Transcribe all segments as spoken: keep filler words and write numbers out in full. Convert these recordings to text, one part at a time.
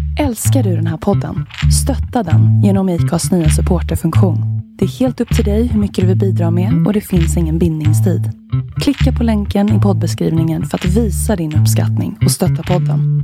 Älskar du den här podden? Stötta den genom I C A:s nya supporterfunktion. Det är helt upp till dig hur mycket du vill bidra med och det finns ingen bindningstid. Klicka på länken i poddbeskrivningen för att visa din uppskattning och stötta podden.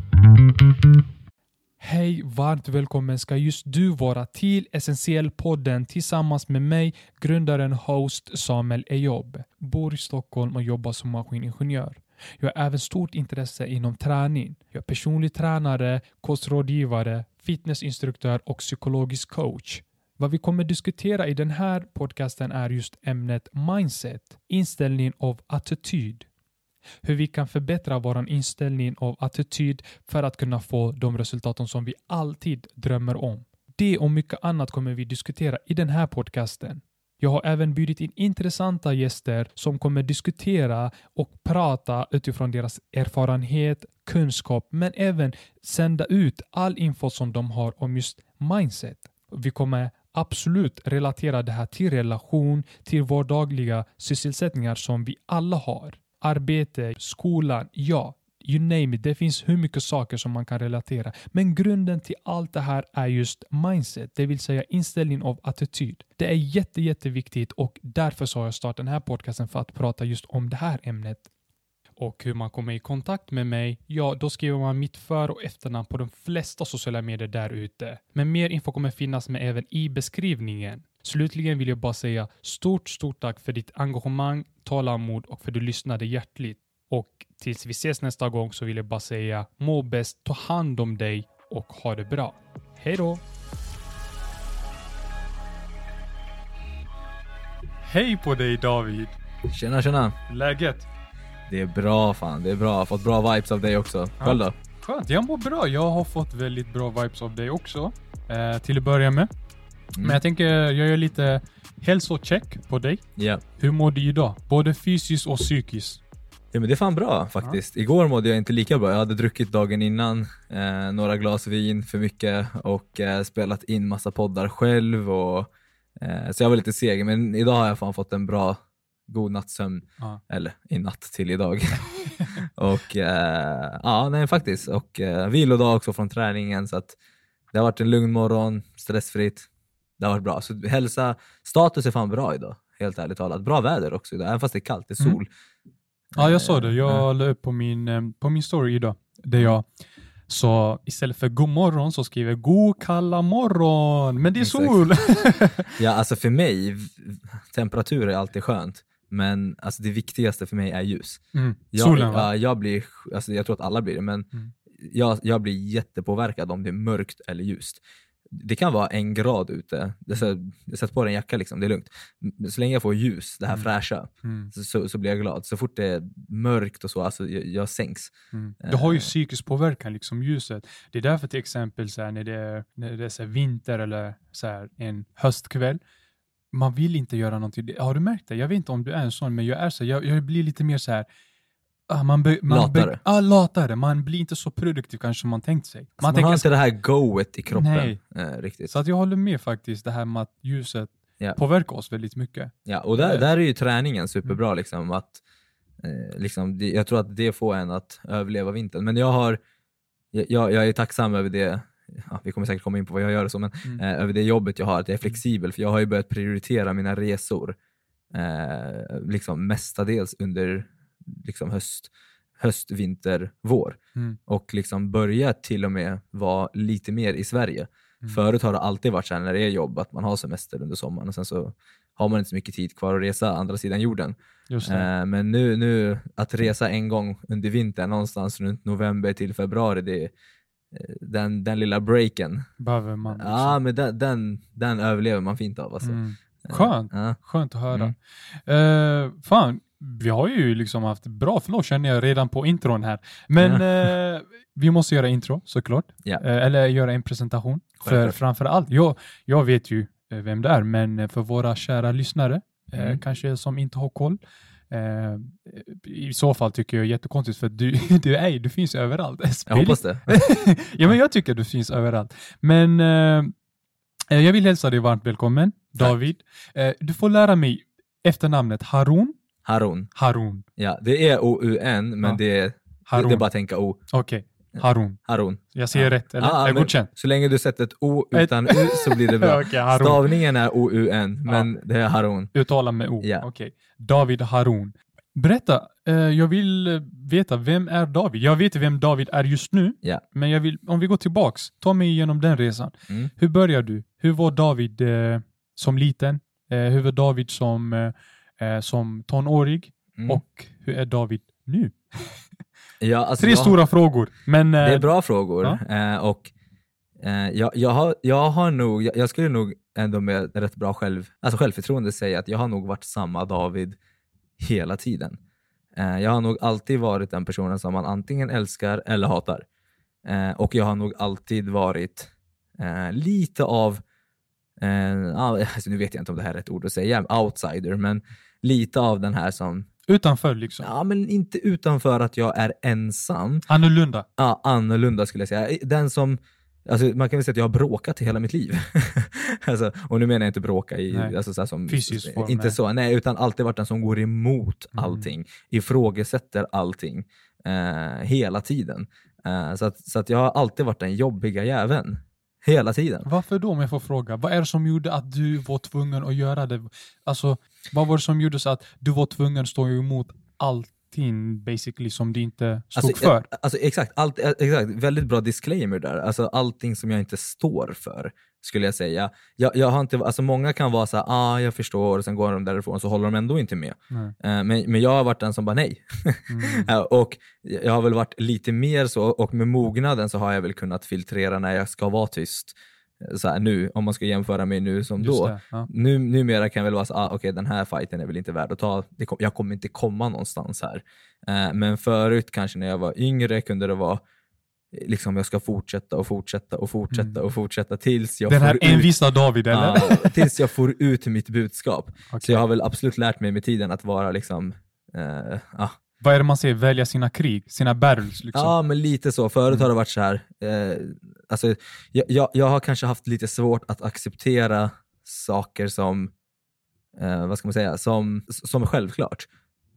Hej, varmt välkommen ska just du vara till Essentiell-podden tillsammans med mig, grundaren host Samuel Ejob. Bor i Stockholm och jobbar som maskiningenjör. Jag har även stort intresse inom träning. Jag är personlig tränare, kostrådgivare, fitnessinstruktör och psykologisk coach. Vad vi kommer diskutera i den här podcasten är just ämnet mindset, inställning av attityd. Hur vi kan förbättra vår inställning av attityd för att kunna få de resultaten som vi alltid drömmer om. Det och mycket annat kommer vi diskutera i den här podcasten. Jag har även bjudit in intressanta gäster som kommer diskutera och prata utifrån deras erfarenhet, kunskap, men även sända ut all info som de har om just mindset. Vi kommer absolut relatera det här till relation, till vardagliga sysselsättningar som vi alla har. Arbete, skolan, ja, you name it. Det finns hur mycket saker som man kan relatera. Men grunden till allt det här är just mindset, det vill säga inställning av attityd. Det är jätte, jätteviktigt och därför så har jag startat den här podcasten för att prata just om det här ämnet. Och hur man kommer i kontakt med mig, ja då skriver man mitt för- och efternamn på de flesta sociala medier där ute. Men mer info kommer finnas med även i beskrivningen. Slutligen vill jag bara säga stort, stort tack för ditt engagemang, tålamod och för att du lyssnade hjärtligt. Och tills vi ses nästa gång så vill jag bara säga må bäst, ta hand om dig och ha det bra. Hej då! Hej på dig David! Tjena, tjena! Läget? Det är bra fan, det är bra. Jag har fått bra vibes av dig också. Själv då? Skönt, jag mår bra. Jag har fått väldigt bra vibes av dig också. Eh, till att börja med. Mm. Men jag tänker, jag gör lite hälsocheck på dig. Ja. Yeah. Hur mår du idag? Både fysiskt och psykiskt. Ja men det är fan bra faktiskt. Ja. Igår mådde jag inte lika bra. Jag hade druckit dagen innan. Eh, några glas vin för mycket. Och eh, spelat in massa poddar själv. Och, eh, så jag var lite seg. Men idag har jag fan fått en bra... god nattsömn, ja. Eller i natt till idag. och eh, ja, nej faktiskt. Och eh, vilodag också från träningen. Så att det har varit en lugn morgon, stressfritt. Det har varit bra. Så hälsa, status är fan bra idag. Helt ärligt talat. Bra väder också idag, även fast det är kallt, det är sol. Mm. Ja, jag såg det. Jag uh. la upp på min, på min story idag. Där jag så istället för god morgon så skriver jag god kalla morgon. Men det är sol. Ja, alltså för mig, temperatur är alltid skönt. Men alltså det viktigaste för mig är ljus. Mm. Jag, Solen, va? jag, jag blir, alltså jag tror att alla blir det, men mm. jag, jag blir jättepåverkad om det är mörkt eller ljust. Det kan vara en grad ute. Det så, jag sätter på en jacka liksom, det är lugnt. Så länge jag får ljus, det här mm. fräscha, mm. så, så, så blir jag glad. Så fort det är mörkt och så, alltså jag, jag sänks. Mm. Det har ju psykisk påverkan, liksom ljuset. Det är därför till exempel så här, när det är, när det är så här, vinter eller så här, en höstkväll, man vill inte göra någonting. Har du märkt det? Jag vet inte om du är en sån, men jag är så. Jag, jag blir lite mer så här. Ah, man be, man latare. Be, ah, latare. Man blir inte så produktiv kanske som man tänkt sig. Man, alltså, man tänker, har inte det här goet i kroppen. Nej. Eh, riktigt. Så att jag håller med faktiskt. Det här med att ljuset ja. påverkar oss väldigt mycket. Ja, och där, där är ju träningen superbra. Mm. Liksom, att, eh, liksom, det, jag tror att det får en att överleva vintern. Men jag har jag, jag är tacksam över det. Ja, vi kommer säkert komma in på vad jag gör och så, men mm. eh, över det jobbet jag har, att jag är flexibel, för jag har ju börjat prioritera mina resor eh, liksom mestadels under liksom höst, höst, vinter, vår mm. och liksom börja till och med vara lite mer i Sverige. Mm. Förut har det alltid varit så här när det är jobb att man har semester under sommaren och sen så har man inte så mycket tid kvar att resa andra sidan jorden. Just det. Eh, men nu, nu att resa en gång under vintern någonstans runt november till februari, det är Den, den lilla breaken behöver man. Liksom. Ja, men den, den, den överlever man fint av alltså. Mm. Skönt, ja. Skönt att höra. Mm. Uh, fan, vi har ju liksom haft bra flow känner jag redan på intron här. Men ja. uh, vi måste göra intro såklart. Ja. Uh, eller göra en presentation. För framförallt, jag, jag vet ju vem det är, men för våra kära lyssnare mm. uh, kanske som inte har koll. Uh, i så fall tycker jag är jättekonstigt, för du, du, är, du finns överallt. Jag hoppas det. Ja, men jag tycker du finns överallt. Men uh, jag vill hälsa dig varmt välkommen, David. Uh, du får lära mig efternamnet Harun. Harun. Harun. Ja, det är O U N, men ja. det, är, det är bara att tänka O. Okej. Harun. Harun. Jag säger ja. rätt, eller? Ja, jag är godkänd. Så länge du sätter ett O utan U så blir det bra. Okay, Stavningen är O U N, men ja. det är Harun. Uttala med O, ja. okej. Okay. David Harun. Berätta, eh, jag vill veta, vem är David? Jag vet vem David är just nu, ja. men jag vill, om vi går tillbaks, ta mig igenom den resan. Mm. Hur började du? Hur var David eh, som liten? Eh, hur var David som, eh, som tonårig? Mm. Och hur är David nu? Ja, alltså Tre jag, stora frågor. Men, det är bra frågor. Ja? Eh, och eh, jag, jag, har, jag har nog, jag, jag skulle nog ändå med rätt bra själv, alltså självförtroende säga att jag har nog varit samma David hela tiden. Eh, jag har nog alltid varit den personen som man antingen älskar eller hatar. Eh, och jag har nog alltid varit eh, lite av, eh, alltså nu vet jag inte om det här är rätt ord att säga, outsider, men lite av den här som utanför liksom. Ja, men inte utanför att jag är ensam. Annorlunda. Ja, annorlunda skulle jag säga. Den som, alltså man kan väl säga att jag har bråkat hela mitt liv. alltså, och nu menar jag inte bråka i alltså, så här som, fysisk form. Inte nej. så, nej, utan alltid varit den som går emot mm. allting. Ifrågasätter allting. Eh, hela tiden. Eh, så att, så att jag har alltid varit den jobbiga jäveln. Hela tiden. Varför då, om jag får fråga? Vad är det som gjorde att du var tvungen att göra det? Alltså, vad var det som gjorde så att du var tvungen att stå emot allting basically som du inte stod alltså, för? Alltså exakt, allt, exakt, väldigt bra disclaimer där. Alltså allting som jag inte står för, skulle jag säga. Jag, jag har inte, alltså många kan vara så här, ah jag förstår, och sen går de därifrån så håller de ändå inte med. Uh, men, men jag har varit den som bara nej. Mm. uh, och jag har väl varit lite mer så, och med mognaden så har jag väl kunnat filtrera när jag ska vara tyst. Så här, nu, om man ska jämföra mig nu som Just då. Det, ja. nu, numera kan jag väl vara så ah, okej okay, den här fighten är väl inte värd att ta. Det kom, jag kommer inte komma någonstans här. Uh, men förut kanske när jag var yngre kunde det vara liksom jag ska fortsätta och fortsätta och fortsätta mm. och fortsätta tills jag den här får envisa ut, David eller? uh, tills jag får ut mitt budskap. Okay. Så jag har väl absolut lärt mig med tiden att vara liksom uh, uh. Vad är det man säger? Välja sina krig, sina battles liksom. Ja, men lite så. Förut mm. har det varit så här eh, alltså jag, jag, jag har kanske haft lite svårt att acceptera saker som eh, vad ska man säga, som, som är självklart.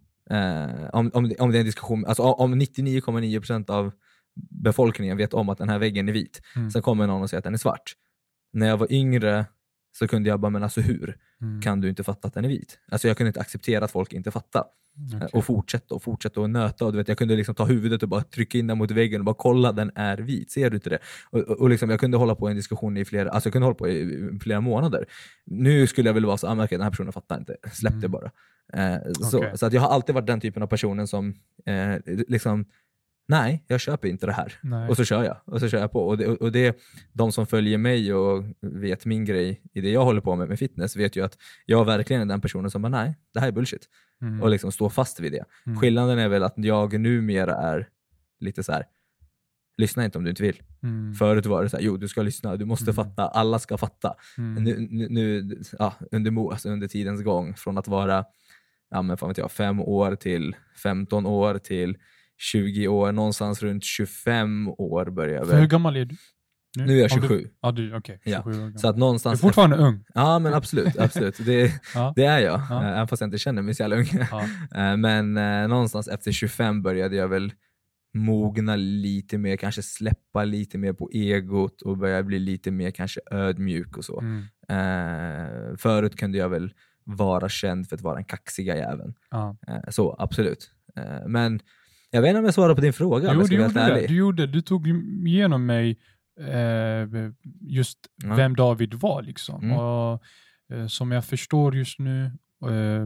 Eh, om, om, om det är en diskussion, alltså om nittionio komma nio procent av befolkningen vet om att den här väggen är vit. Mm. Sen kommer någon och säger att den är svart. När jag var yngre så kunde jag bara, men alltså hur mm. kan du inte fatta att den är vit? Alltså jag kunde inte acceptera att folk inte fattar. Okay. Och fortsätta och fortsätta och nöta. Och du vet, jag kunde liksom ta huvudet och bara trycka in den mot väggen och bara kolla, den är vit. Ser du inte det? Och, och, och liksom, jag kunde hålla på en diskussion i flera, alltså jag kunde hålla på i flera månader. Nu skulle jag väl vara så, ah, okay, den här personen fattar inte. Släpp mm. det bara. Eh, okay. så, så att jag har alltid varit den typen av personen som eh, liksom nej, jag köper inte det här. Nej. Och så kör jag. Och så kör jag på. Och det, och det de som följer mig och vet min grej i det jag håller på med med fitness vet ju att jag verkligen är den personen som bara nej, det här är bullshit. Mm. Och liksom står fast vid det. Mm. Skillnaden är väl att jag numera är lite så här, lyssna inte om du inte vill. Mm. Förut var det så här, jo du ska lyssna, du måste mm. fatta, alla ska fatta. Mm. Nu, nu, nu ja, under, alltså under tidens gång, från att vara ja, men fan vet jag, fem år till femton år till tjugo år, någonstans runt tjugofem år börjar jag väl. För hur gammal är du? Nu, nu är jag tjugosju. Du, ja, du, okay, ja. Så att någonstans du är fortfarande efter, ung. Ja, men absolut. absolut. Det, ja. det är jag. Ja. Även fast jag inte känner mig så jävla ung. Ja. Men eh, någonstans efter tjugofem började jag väl mogna lite mer, kanske släppa lite mer på egot och börja bli lite mer kanske ödmjuk och så. Mm. Eh, förut kunde jag väl vara känd för att vara en kaxiga jäveln. Ja. Eh, så, absolut. Eh, men jag vet inte om jag svarar på din fråga. Jo, du gjorde det. Du, gjorde, du tog igenom mig eh, just ja. vem David var liksom. Mm. Och, eh, som jag förstår just nu, eh, i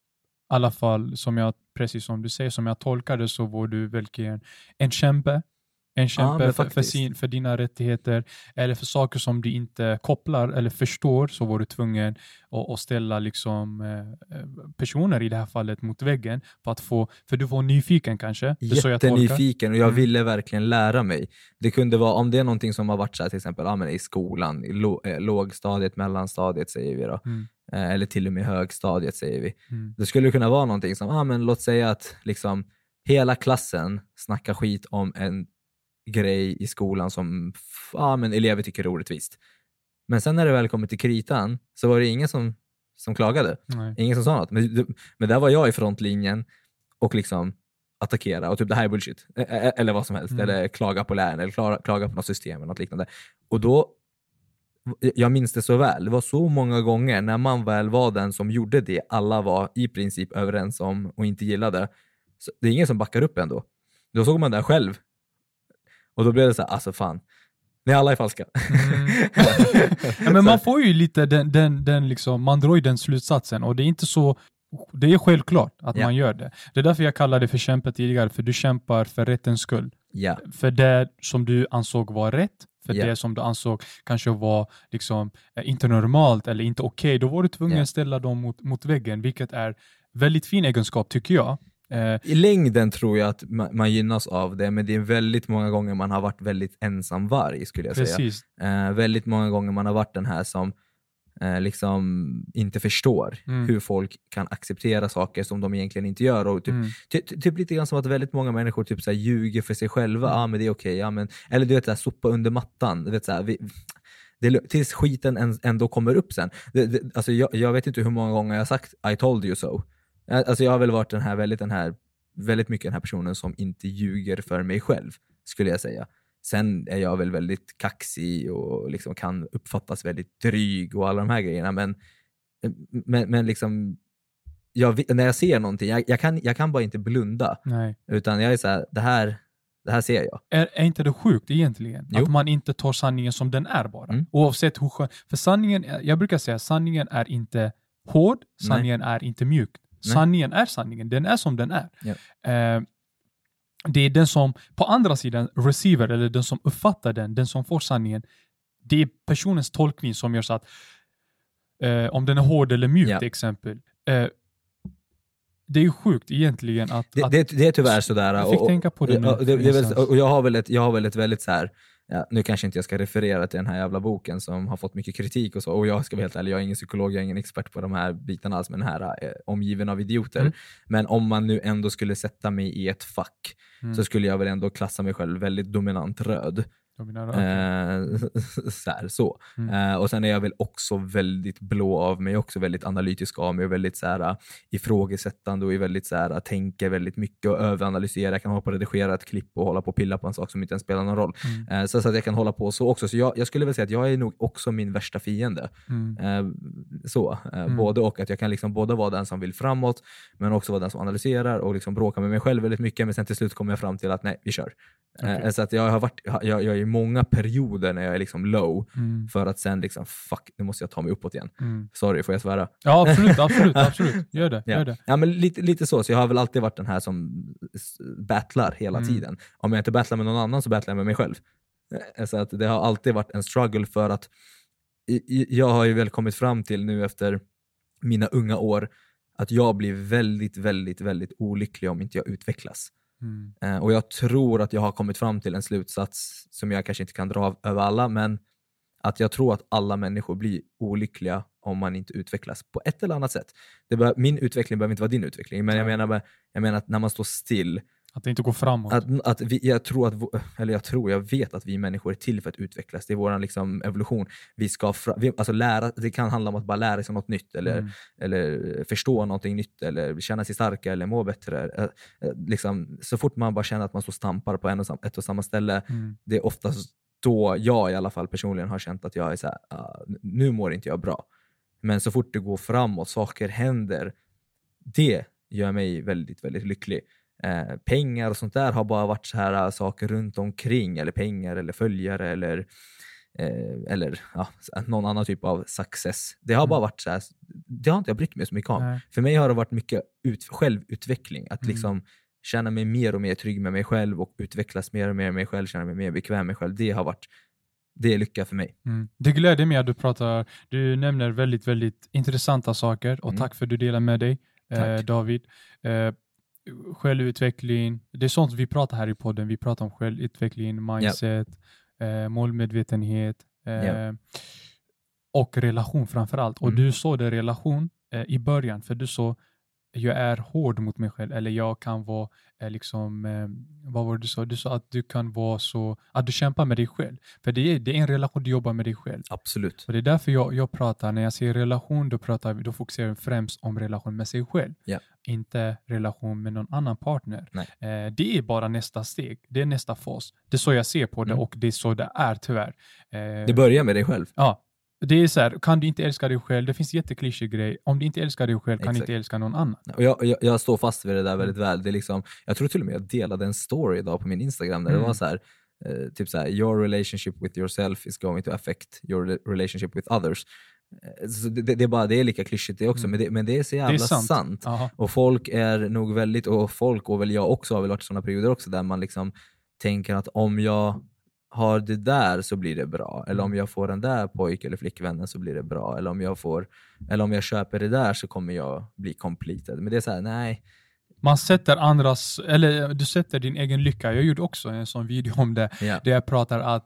alla fall som jag, precis som du säger, som jag tolkade så var du verkligen en kämpe. En kämpe ja, för, för, sin, för dina rättigheter eller för saker som du inte kopplar eller förstår, så var du tvungen att, att ställa liksom, eh, personer i det här fallet mot väggen för att få, för du var nyfiken kanske. Jättenyfiken och jag mm. ville verkligen lära mig. Det kunde vara, om det är någonting som har varit så här, till exempel ja, men i skolan, i lå, eh, lågstadiet, mellanstadiet säger vi då. Mm. Eh, eller till och med högstadiet säger vi. Mm. Det skulle kunna vara någonting som, ja men låt säga att liksom hela klassen snackar skit om en grej i skolan som ja, men elever tycker är orättvist. Men sen när det väl kommer till kritan så var det ingen som, som klagade. Nej. Ingen som sa något. Men, men där var jag i frontlinjen och liksom attackera och typ det här är bullshit. E- eller vad som helst. Mm. Eller klaga på läraren eller klaga, klaga på något system eller något liknande. Och då, jag minns det så väl. Det var så många gånger när man väl var den som gjorde det alla var i princip överens om och inte gillade. Så det är ingen som backar upp ändå. Då såg man det själv. Och då blev det så här, alltså fan. Nej, alla är falska. Mm. Ja, men man får ju lite den, den, den liksom, man drar ju den slutsatsen och det är inte så, det är självklart att ja. man gör det. Det är därför jag kallade det för kämpa tidigare, för du kämpar för rättens skull. Ja. För det som du ansåg var rätt, för ja. det som du ansåg kanske var liksom inte normalt eller inte okej, okay, då var du tvungen ja. att ställa dem mot, mot väggen, vilket är väldigt fin egenskap tycker jag. I längden tror jag att man, man gynnas av det, men det är väldigt många gånger man har varit väldigt ensam varg skulle jag Precis. säga. Eh, väldigt många gånger man har varit den här som eh, liksom inte förstår mm. hur folk kan acceptera saker som de egentligen inte gör. Och typ, mm. ty, ty, typ lite grann som att väldigt många människor typ så här ljuger för sig själva. Ja, mm. ah, men det är okej. Okay, ja, men, eller du vet, så här, sopa under mattan. Du vet, så här, vi, det, tills skiten ändå kommer upp sen. Det, det, alltså, jag, jag vet inte hur många gånger jag har sagt I told you so. Alltså jag har väl varit den här väldigt, den här, väldigt mycket den här personen som inte ljuger för mig själv, skulle jag säga. Sen är jag väl väldigt kaxig och liksom kan uppfattas väldigt dryg och alla de här grejerna. Men, men, men liksom, jag, när jag ser någonting, jag, jag, kan, jag kan bara inte blunda. Nej. Utan jag är så här, det här, det här ser jag. Är, är inte det sjukt egentligen? Jo. Att man inte tar sanningen som den är bara. Mm. Oavsett hur skön. För sanningen, jag brukar säga, sanningen är inte hård, sanningen Nej. är inte mjuk. Nej. Sanningen är sanningen, den är som den är. Ja. Eh, det är den som på andra sidan receiver, eller den som uppfattar den, den som får sanningen, det är personens tolkning som gör så att eh, om den är hård eller mjuk ja. till exempel. Eh, det är ju sjukt egentligen att... Det, att, det, det är tyvärr sådär. Jag fick och, tänka på det nu. Och, det, det är väl, och jag har väl ett, jag har väl ett väldigt så här. Ja, nu kanske inte jag ska referera till den här jävla boken som har fått mycket kritik och så. Och jag ska vara helt ärlig, jag är ingen psykolog, jag är ingen expert på de här bitarna alls, men den här är omgiven av idioter. Mm. Men om man nu ändå skulle sätta mig i ett fack mm. så skulle jag väl ändå klassa mig själv väldigt dominant röd. Dominant, eh, så. Här, så. Mm. Eh, och sen är jag väl också väldigt blå av mig, också väldigt analytisk av mig och väldigt så här, ifrågasättande och är väldigt så här, tänker väldigt mycket och överanalysera. Jag kan hålla på att redigera ett klipp och hålla på och pilla på en sak som inte ens spelar någon roll. Mm. Eh, så, så att jag kan hålla på så också. Så jag, jag skulle väl säga att jag är nog också min värsta fiende. Mm. Eh, så. Eh, mm. Både och att jag kan liksom både vara den som vill framåt men också vara den som analyserar och liksom bråkar med mig själv väldigt mycket, men sen till slut kommer jag fram till att nej, vi kör. Okay. Eh, så att jag har varit, jag, jag är många perioder när jag är liksom low mm. för att sen liksom fuck, nu måste jag ta mig uppåt igen. Mm. Sorry, får jag svära? Ja, absolut, absolut, absolut. Gör det, ja. gör det. Ja, men lite, lite så. Så jag har väl alltid varit den här som battlar hela mm. tiden. Om jag inte battlar med någon annan så battlar jag med mig själv. Så att det har alltid varit en struggle för att jag har ju väl kommit fram till nu efter mina unga år att jag blir väldigt, väldigt, väldigt olycklig om inte jag utvecklas. Mm. Uh, och jag tror att jag har kommit fram till en slutsats som jag kanske inte kan dra över alla, men att jag tror att alla människor blir olyckliga om man inte utvecklas på ett eller annat sätt. Det bör, min utveckling behöver inte vara din utveckling, men jag menar, jag menar att när man står still, att det inte går framåt. Att, att vi, jag tror att, eller jag tror, jag vet att vi människor är till för att utvecklas. Det är vår liksom evolution. Vi ska fra, vi, alltså lära, det kan handla om att bara lära sig något nytt eller, mm. eller förstå någonting nytt eller känna sig starkare eller må bättre. Liksom, så fort man bara känner att man står stampar på en och sam, ett och samma ställe, mm. det är oftast då jag i alla fall personligen har känt att jag är så här, uh, nu mår inte jag bra. Men så fort det går framåt, saker händer, det gör mig väldigt, väldigt lycklig. Eh, pengar och sånt där har bara varit så här uh, saker runt omkring, eller pengar eller följare eller, eh, eller ja, någon annan typ av success. Det har mm. bara varit så här, det har inte jag brytt mig så mycket om. Nej. För mig har det varit mycket ut, självutveckling, att mm. liksom känna mig mer och mer trygg med mig själv och utvecklas mer och mer med mig själv, känna mig mer bekväm med mig själv. Det har varit, det är lycka för mig. Mm. Det gläder mig att du pratar, du nämner väldigt, väldigt intressanta saker och mm. tack för att du delar med dig, eh, David. Eh, självutveckling, det är sånt vi pratar här i podden. Vi pratar om självutveckling, mindset, yep. eh, målmedvetenhet eh, yep. och relation framförallt. Och mm. du såg det relation eh, i början, för du såg jag är hård mot mig själv, eller jag kan vara eh, liksom, eh, vad var det du sa? Du sa att du kan vara så, att du kämpar med dig själv. För det är, det är en relation, du jobbar med dig själv. Absolut. Och det är därför jag, jag pratar, när jag säger relation, då, pratar vi, då fokuserar jag främst om relation med sig själv. Yeah. Inte relation med någon annan partner. Eh, det är bara nästa steg, det är nästa fas. Det är så jag ser på det mm. och det är så det är tyvärr. Eh, det börjar med dig själv. Ja. Det är så här, kan du inte älska dig själv? Det finns jätteklyschig grej. Om du inte älskar dig själv, kan Exakt. du inte älska någon annan. Och jag, jag, jag står fast vid det där väldigt väl. Det är liksom, jag tror till och med jag delade en story idag på min Instagram där mm. det var så här, eh, typ så här, your relationship with yourself is going to affect your relationship with others. Eh, så det, det är bara, det är lika klyschigt det också, mm. men, det, men det är så jävla det är sant. sant. Och folk är nog väldigt, och folk och väl jag också har väl varit sådana perioder också där man liksom tänker att om jag har det där så blir det bra, eller om jag får den där pojk eller flickvännen så blir det bra, eller om jag får eller om jag köper det där så kommer jag bli completed. Men det är så här, nej. Man sätter andras, eller du sätter din egen lycka. Jag gjorde också en sån video om det, yeah. där jag pratar att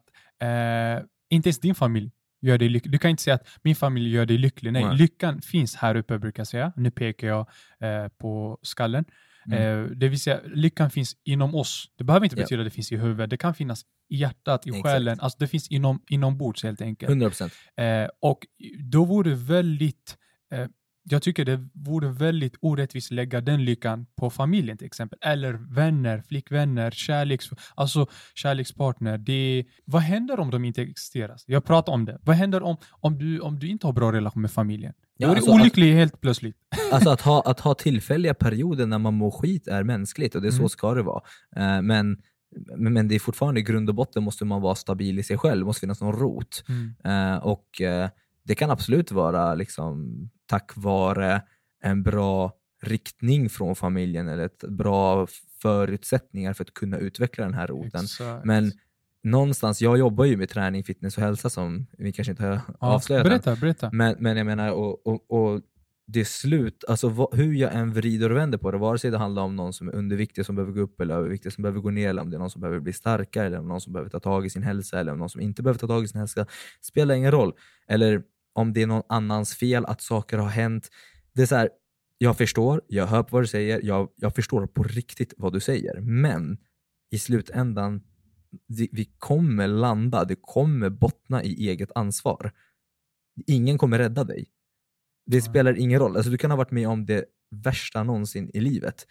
eh, inte ens din familj gör dig lycklig. Du kan inte säga att min familj gör dig lycklig. Nej, mm. lyckan finns här uppe, brukar jag säga. Nu pekar jag eh, på skallen. Mm. Eh, det vill säga, lyckan finns inom oss. Det behöver inte betyda yeah. att det finns i huvudet. Det kan finnas i hjärtat, i Exakt. själen. Alltså det finns inom, inombords helt enkelt. hundra procent. Eh, och då vore det väldigt... Eh, jag tycker det vore väldigt orättvist att lägga den lyckan på familjen till exempel. Eller vänner, flickvänner, kärleks, alltså kärlekspartner. Det, vad händer om de inte existerar? Jag pratar om det. Vad händer om, om, du, om du inte har bra relation med familjen? Ja, då är det alltså olycklig att, helt plötsligt. Alltså att ha, att ha tillfälliga perioder när man mår skit är mänskligt och det är mm. så ska det vara. Uh, men, men det är fortfarande i grund och botten måste man vara stabil i sig själv. Det måste finnas någon rot. Mm. Uh, och uh, det kan absolut vara liksom tack vare en bra riktning från familjen eller ett bra förutsättningar för att kunna utveckla den här roten. Exakt. Men någonstans, jag jobbar ju med träning, fitness och hälsa som vi kanske inte har ja, avslöjat. Berätta, berätta. Men, men jag menar, och, och, och det är slut, alltså vad, hur jag än vrider och vänder på det, vare sig det handlar om någon som är underviktig som behöver gå upp eller överviktig som behöver gå ner, eller om det är någon som behöver bli starkare eller om någon som behöver ta tag i sin hälsa eller om någon som inte behöver ta tag i sin hälsa, spelar ingen roll. Eller om det är någon annans fel att saker har hänt. Det är så här, jag förstår, jag hör på vad du säger, jag, jag förstår på riktigt vad du säger, men i slutändan vi, vi kommer landa, det kommer bottna i eget ansvar. Ingen kommer rädda dig. Det spelar ingen roll. Alltså, du kan ha varit med om det värsta någonsin i livet.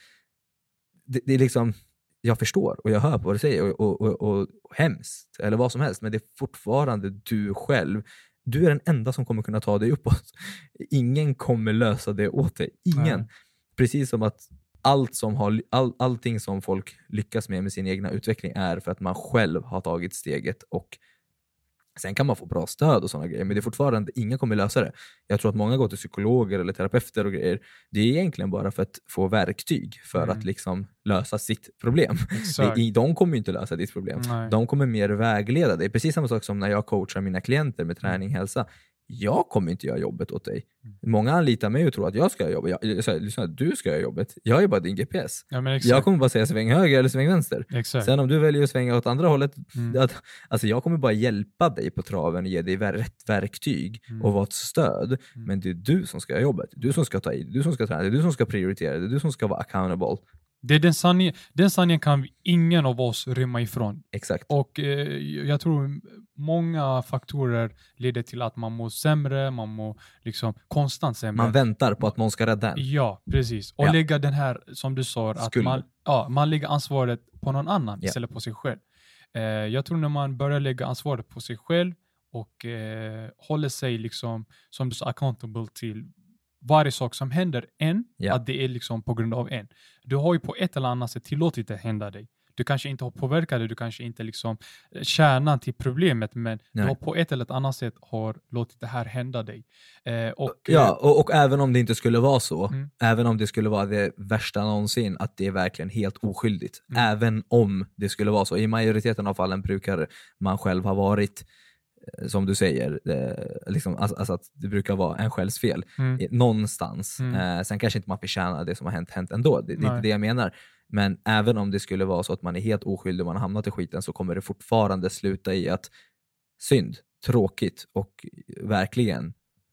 Det, det är liksom, jag förstår och jag hör på vad du säger och, och, och, och hemskt eller vad som helst, men det är fortfarande du själv. Du är den enda som kommer kunna ta dig uppåt. Ingen kommer lösa det åt dig. Ingen. Nej. Precis som att allt som har, all, allting som folk lyckas med med sin egna utveckling är för att man själv har tagit steget, och sen kan man få bra stöd och sådana grejer, men det är fortfarande, ingen kommer lösa det. Jag tror att många går till psykologer eller terapeuter och grejer. Det är egentligen bara för att få verktyg för mm. att liksom lösa sitt problem. De, de kommer ju inte lösa ditt problem. Nej. De kommer mer vägleda dig. Precis samma sak som när jag coachar mina klienter med träning och hälsa. Jag kommer inte göra jobbet åt dig. Många anlitar mig och tror att jag ska göra jobbet. Jag, jag säger, lyssna, du ska göra jobbet. Jag är bara din G P S. Ja, jag kommer bara säga sväng höger eller sväng vänster. Exakt. Sen om du väljer att svänga åt andra hållet, mm. att, alltså jag kommer bara hjälpa dig på traven och ge dig rätt verktyg mm. och vara ett stöd. Mm. Men det är du som ska göra jobbet. Det är du som ska ta i, det är du som ska träna, det är du som ska prioritera, det är du som ska vara accountable. Det är den sanningen, den sanningen kan ingen av oss rymma ifrån. Exakt. Och eh, jag tror många faktorer leder till att man mår sämre, man mår liksom konstant sämre. Man väntar på att någon ska rädda en. Ja, precis. Och ja. lägga den här, som du sa, att man, ja, man lägger ansvaret på någon annan ja. istället på sig själv. Eh, jag tror när man börjar lägga ansvaret på sig själv och eh, håller sig liksom, som du sa, accountable till varje sak som händer en, ja. att det är liksom på grund av en. Du har ju på ett eller annat sätt tillåtit det hända dig. Du kanske inte har påverkat det, du kanske inte liksom kärnan till problemet, men Nej. du har på ett eller annat sätt har låtit det här hända dig. Eh, och, ja, och, och även om det inte skulle vara så, mm. även om det skulle vara det värsta någonsin, att det är verkligen helt oskyldigt. Mm. Även om det skulle vara så. I majoriteten av fallen brukar man själv ha varit, som du säger, eh, liksom, alltså, alltså att det brukar vara en självs fel mm. någonstans. Mm. Eh, sen kanske inte man förtjänar det som har hänt, hänt ändå. Det, det är inte det jag menar. Men även om det skulle vara så att man är helt oskyldig och man har hamnat i skiten, så kommer det fortfarande sluta i att synd, tråkigt och verkligen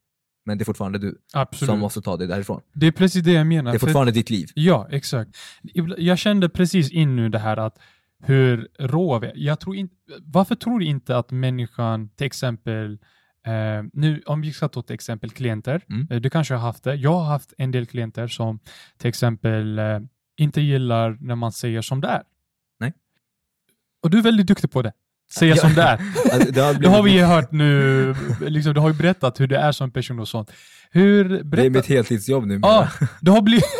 men det är fortfarande du Absolut. som måste ta dig därifrån. Det är precis det jag menar. Det är fortfarande ditt liv. Ja, exakt. Jag kände precis in nu det här att hur rå vi är. Jag tror inte, varför tror du inte att människan, till exempel, eh, nu om vi ska ta till exempel klienter, Mm. eh, du kanske har haft det. Jag har haft en del klienter som till exempel eh, inte gillar när man säger som det är. Nej. Och du är väldigt duktig på det. Säga Ja. som det är. Alltså, det, har blivit... Det har vi ju hört nu, liksom, du har ju berättat hur det är som person och sånt. Hur, berätta... Det är mitt heltidsjobb nu. Ja, det har blivit...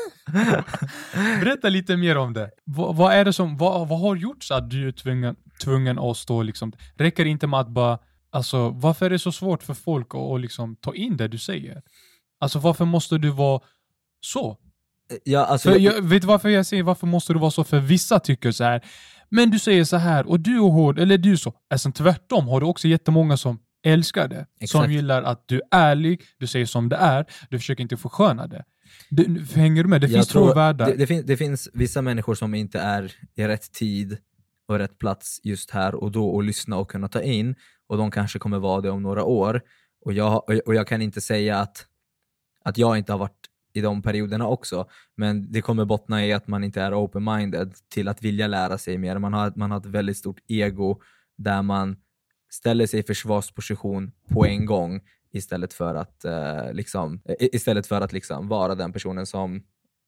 Berätta lite mer om det. V- vad är det som, vad, vad har gjort så att du är tvungen, tvungen att stå liksom, räcker det inte med att bara, alltså varför är det så svårt för folk att, att liksom ta in det du säger? Alltså varför måste du vara så? Ja, alltså, För jag, vet du varför jag säger varför måste du vara så? För vissa tycker så här, men du säger så här och du är hård, eller du är så. Alltså tvärtom har du också jättemånga som älskar det. Exakt. Som gillar att du är ärlig, du säger som det är, du försöker inte försköna det. Du, hänger du med? Det jag finns tror två världar. Det, det, fin- det finns vissa människor som inte är i rätt tid och rätt plats just här och då och lyssna och kunna ta in, och de kanske kommer vara det om några år, och jag, och jag kan inte säga att, att jag inte har varit i de perioderna också, men det kommer bottna i att man inte är open-minded till att vilja lära sig mer. Man har, man har ett väldigt stort ego där man ställer sig i försvarsposition på en gång istället för att eh, liksom, istället för att liksom vara den personen som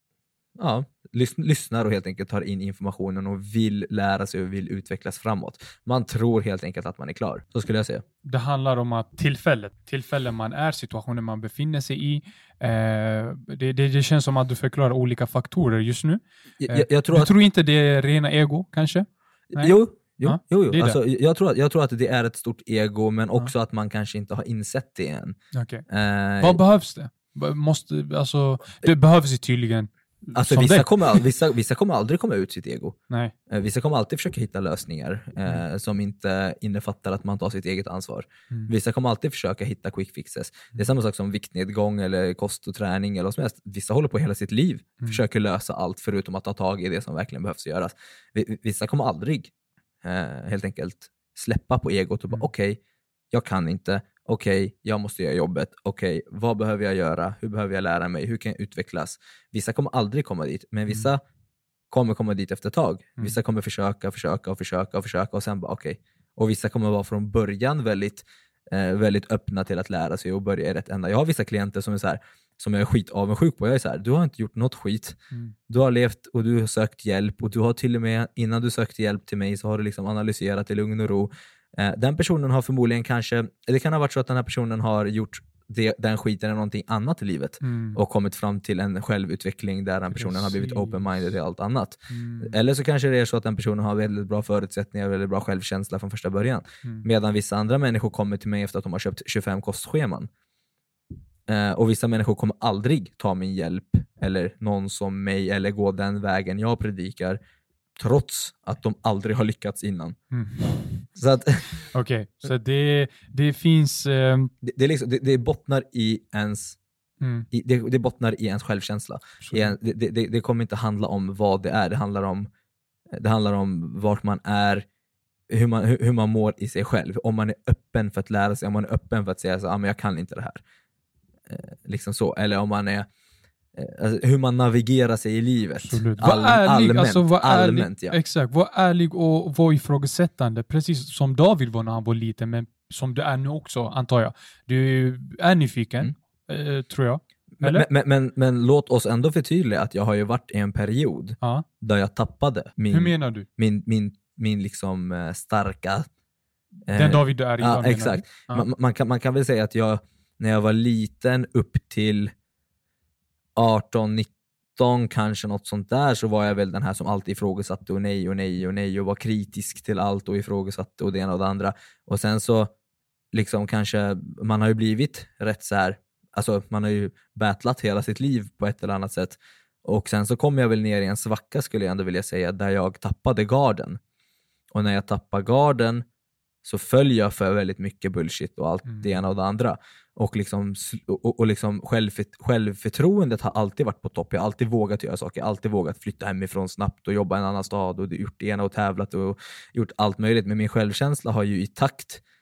ja, lys- lyssnar och helt enkelt tar in informationen och vill lära sig och vill utvecklas framåt. Man tror helt enkelt att man är klar. Så skulle jag säga. Det handlar om att tillfället, tillfället man är, situationen man befinner sig i. Eh, det, det, det känns som att du förklarar olika faktorer just nu. Jag, Eh, jag, jag tror du att, tror inte det är rena ego, kanske? Nej. jo, jo, Ja, jo, det är jo. Alltså, jag, tror att, jag tror att det är ett stort ego, men också att man kanske inte har insett det än. Okay. Eh, Vad behövs det? Måste, alltså, det behövs ju tydligen. Alltså som vissa det. kommer, al- vissa, vissa kommer aldrig komma ut sitt ego. Nej. Eh, Vissa kommer alltid försöka hitta lösningar eh, Mm. som inte innefattar att man tar sitt eget ansvar. Mm. Vissa kommer alltid försöka hitta quick fixes. Det är samma sak som viktnedgång eller kost och träning eller vad som helst. Vissa håller på hela sitt liv, Mm. försöker lösa allt förutom att ta tag i det som verkligen behövs göras. Vi- Vissa kommer aldrig eh, helt enkelt släppa på egot och bara Mm. okej, jag kan inte. Okej, jag måste göra jobbet. Okej, vad behöver jag göra? Hur behöver jag lära mig? Hur kan jag utvecklas? Vissa kommer aldrig komma dit, men vissa Mm. kommer komma dit efter ett tag. Mm. Vissa kommer försöka, försöka och försöka och försöka och sen bara okej. Och vissa kommer vara från början väldigt, eh, väldigt öppna till att lära sig och börja i rätt ända. Jag har vissa klienter som är så här, som jag är skit avundsjuk på. Jag är så här, du har inte gjort något skit. Mm. Du har levt och du har sökt hjälp, och du har till och med innan du sökte hjälp till mig så har du liksom analyserat i lugn och ro. Eh, den personen har förmodligen kanske, det kan ha varit så att den här personen har gjort det, den skiten eller någonting annat i livet Mm. och kommit fram till en självutveckling där den personen har blivit Precis. open-minded till allt annat. Mm. Eller så kanske det är så att den personen har väldigt bra förutsättningar, väldigt bra självkänsla från första början. Mm. Medan vissa andra människor kommer till mig efter att de har köpt tjugofem kostscheman. Eh, och vissa människor kommer aldrig ta min hjälp eller någon som mig eller gå den vägen jag predikar, trots att de aldrig har lyckats innan. Mm. Så att Okej, så det, det finns... ehm, det, det, är liksom, det, det bottnar i ens mm, i, det, det bottnar i ens självkänsla. I en, det, det, det kommer inte handla om vad det är. Det handlar om, det handlar om vart man är, hur man, hur, hur man mår i sig själv. Om man är öppen för att lära sig, om man är öppen för att säga så, ah, men jag kan inte det här. Eh, liksom så. Eller om man är eh, alltså, hur man navigerar sig i livet. absolut. All, Var ärlig, allmänt. alltså var ärlig, allmänt ja. exakt. Var ärlig och var ifrågasättande. Precis som David var när han var liten, men som du är nu också, antar jag. Du är nyfiken, Mm. eh, tror jag. Men, Eller? men, men, men låt oss ändå förtydliga att jag har ju varit i en period Ja. där jag tappade min, Hur menar du? min, min, min liksom eh, starka eh, Den David du är idag, ja, menar exakt. du? Ja. Man, man, kan, man kan väl säga att jag, när jag var liten upp till arton nitton kanske något sånt där, så var jag väl den här som alltid ifrågasatte och nej och nej och nej och var kritisk till allt och ifrågasatte och det ena och det andra. Och sen så liksom kanske man har ju blivit rätt så här, alltså man har ju battlat hela sitt liv på ett eller annat sätt. Och sen så kom jag väl ner i en svacka, skulle jag ändå vilja säga, där jag tappade garden. Och när jag tappar garden så följer jag för väldigt mycket bullshit och allt Mm. det ena och det andra. Och, liksom, och, och liksom självfört, självförtroendet har alltid varit på topp. Jag har alltid vågat göra saker. Jag har alltid vågat flytta hemifrån snabbt och jobba i en annan stad och gjort det ena och tävlat och gjort allt möjligt. Men min självkänsla har ju i takt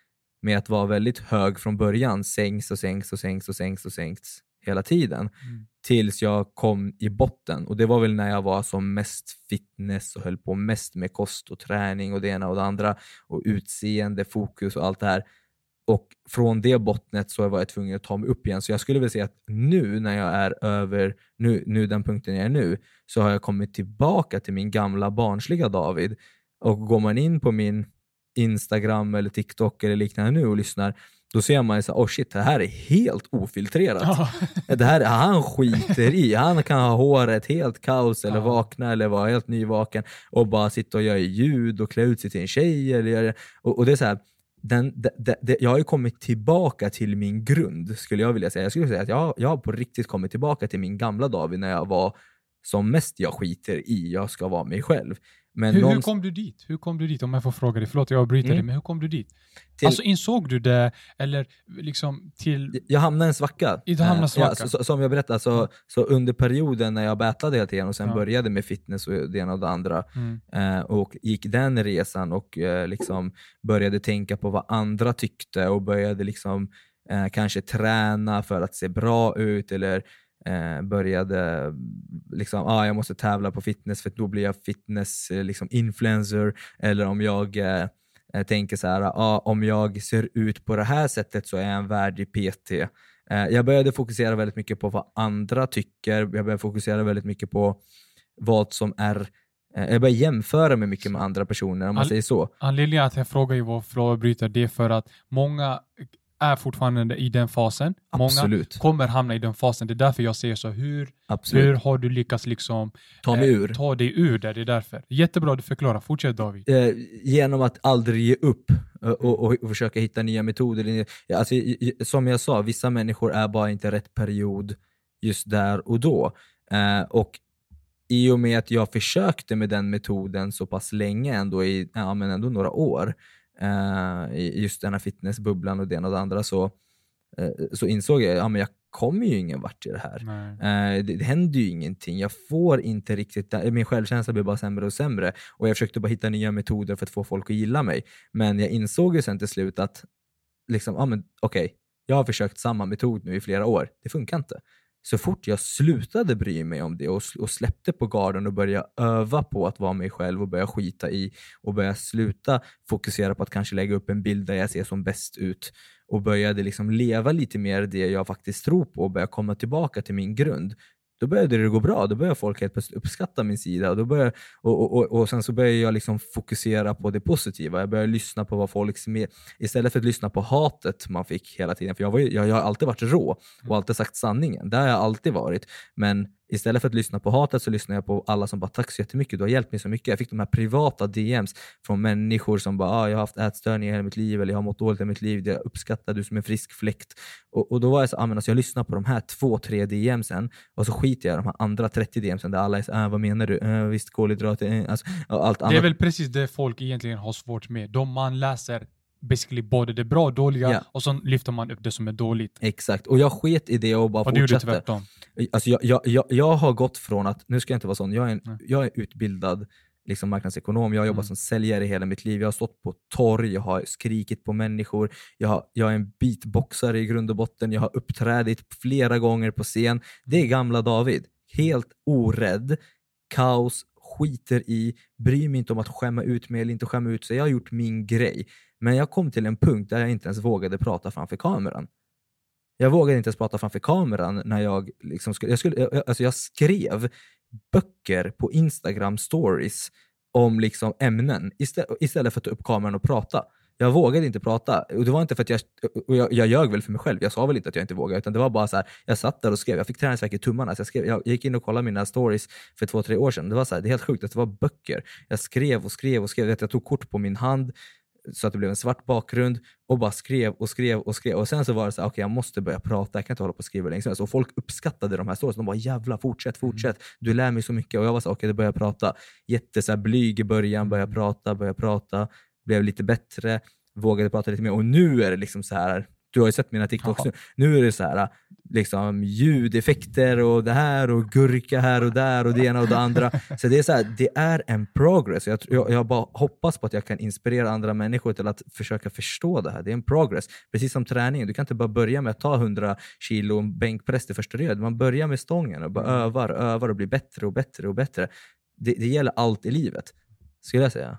med att vara väldigt hög från början sänks och sänks och sänks och sänks och sänks hela tiden. Mm. Tills jag kom i botten. Och det var väl när jag var som mest fitness och höll på mest med kost och träning och det ena och det andra. Och utseende, fokus och allt det här. Och från det bottnet så var jag tvungen att ta mig upp igen. Så jag skulle väl säga att nu när jag är över, nu, nu den punkten jag är nu, så har jag kommit tillbaka till min gamla barnsliga David. Och går man in på min Instagram eller TikTok eller liknande nu och lyssnar, då ser man ju så, oh shit, det här är helt ofiltrerat. Ja. Det här, han skiter i. Han kan ha håret helt kaos eller Ja. vakna eller vara helt nyvaken och bara sitta och göra ljud och klä ut sig till en tjej. Eller göra, och, och det är så här, den, det, det, det, jag har ju kommit tillbaka till min grund, skulle jag vilja säga. Jag skulle säga att jag, jag har på riktigt kommit tillbaka till min gamla David när jag var som mest jag skiter i. Jag ska vara mig själv. Men Hur, någon... hur kom du dit? Hur kom du dit? Om jag får fråga dig. Förlåt, jag avbryter Mm. dig. Men hur kom du dit? Till... Alltså insåg du det? Eller liksom till... Jag hamnade i en svacka. Du hamnade i en svacka. Ja, så, så, som jag berättade, så, så under perioden när jag battlade hela tiden och sen Ja. började med fitness och det ena och det andra Mm. eh, och gick den resan och eh, liksom började tänka på vad andra tyckte och började liksom eh, kanske träna för att se bra ut eller eh, började liksom, ah, jag måste tävla på fitness för då blir jag fitness eh, liksom influencer, eller om jag eh, Jag tänker så här, ah, om jag ser ut på det här sättet så är jag en värdig P T. Eh, jag började fokusera väldigt mycket på vad andra tycker. Jag började fokusera väldigt mycket på vad som är... Eh, jag började jämföra mig mycket med andra personer, om man All- säger så. Anledningen att jag frågar ju varför jag avbryter det är för att många är fortfarande i den fasen. Absolut. Många kommer hamna i den fasen. Det är därför jag säger så. Hur, Absolut. hur har du lyckats liksom Ta mig ur. Eh, ta dig ur det? Det är därför. Jättebra du förklarar. Fortsätt David. Eh, genom att aldrig ge upp och, och, och försöka hitta nya metoder. Alltså, som jag sa, vissa människor är bara inte rätt period just där och då. Eh, och i och med att jag försökte med den metoden så pass länge ändå, i ja, men ändå några år eh, i just den här fitnessbubblan och det ena och det andra, så, eh, så insåg jag att ja, jag kommer ju ingen vart i det här. Eh, det, det händer ju ingenting. Jag får inte riktigt, min självkänsla blir bara sämre och sämre och jag försökte bara hitta nya metoder för att få folk att gilla mig. Men jag insåg ju sen till slut att liksom, ja, men, okej, jag har försökt samma metod nu i flera år. Det funkar inte. Så fort jag slutade bry mig om det och, och släppte på garden och började öva på att vara mig själv och börja skita i och börja sluta fokusera på att kanske lägga upp en bild där jag ser som bäst ut och började liksom leva lite mer det jag faktiskt tror på och börja komma tillbaka till min grund, då började det gå bra. Då började folk helt plötsligt uppskatta min sida och, då började, och, och, och, och sen så började jag liksom fokusera på det positiva. Jag började lyssna på vad folk med, istället för att lyssna på hatet man fick hela tiden. För jag, var ju, jag, jag har alltid varit rå och alltid sagt sanningen. Det har jag alltid varit. Men istället för att lyssna på hatet så lyssnar jag på alla som bara tack så jättemycket, du har hjälpt mig så mycket. Jag fick de här privata D Ms från människor som bara ah, jag har haft ätstörningar i hela mitt liv eller jag har mått dåligt i mitt liv. Jag uppskattar du som en frisk fläkt. Och, och då var jag så ah, men alltså jag lyssnar på de här två, tre D Msen och så skiter jag i de här andra trettio D Msen där alla är så ah, vad menar du? Äh, visst kolhydrater, äh, alltså, allt annat. Det är väl precis det folk egentligen har svårt med. De man läser basically både det bra och dåliga Ja. och så lyfter man upp det som är dåligt. Exakt, och jag sket i det och bara Och du gjorde fortsatte. tvärtom. Alltså jag, jag, jag, jag har gått från att, nu ska jag inte vara sån, jag är, en, Nej. jag är utbildad liksom marknadsekonom, jag har jobbat Mm. som säljare i hela mitt liv, jag har stått på torg, jag har skrikit på människor, jag, har, jag är en beatboxare i grund och botten, jag har uppträdit flera gånger på scen. Det är gamla David, helt orädd, kaos, skiter i, bryr mig inte om att skämma ut mig eller inte skämma ut sig, jag har gjort min grej. Men jag kom till en punkt där jag inte ens vågade prata framför kameran. Jag vågade inte ens prata framför kameran när jag liksom skulle, jag skulle, jag, alltså jag skrev böcker på Instagram stories om liksom ämnen istället, istället för att ta upp kameran och prata. Jag vågade inte prata och det var inte för att jag, och jag, jag ljög väl för mig själv. Jag sa väl inte att jag inte vågade, utan det var bara så här, jag satt där och skrev, jag fick träningsvärk i tummarna så jag, skrev, jag gick in och kollade mina stories för två, tre år sedan. Det var så här, det är helt sjukt att det var böcker. Jag skrev och skrev och skrev, jag tog kort på min hand så att det blev en svart bakgrund och bara skrev och skrev och skrev och sen så var det så här, okej, okay, jag måste börja prata, jag kan inte hålla på och skriva längre. Så folk uppskattade de här stories, de bara jävla fortsätt, fortsätt, du lär mig så mycket. Och jag var så okej, okay, då började jag prata, jätte så här blyg i början, började prata, började prata, blev lite bättre, vågade prata lite mer och nu är det liksom så här Du har ju sett mina TikToks nu. Nu är det så här liksom ljudeffekter och det här och gurka här och där och det ena och det andra. Så det är så här, det är en progress. Jag, jag, jag bara hoppas på att jag kan inspirera andra människor till att försöka förstå det här. Det är en progress. Precis som träningen. Du kan inte bara börja med att ta hundra kilo bänkpress i första röd. Man börjar med stången och bara övar, övar och blir bättre och bättre och bättre. Det, det gäller allt i livet, skulle jag säga.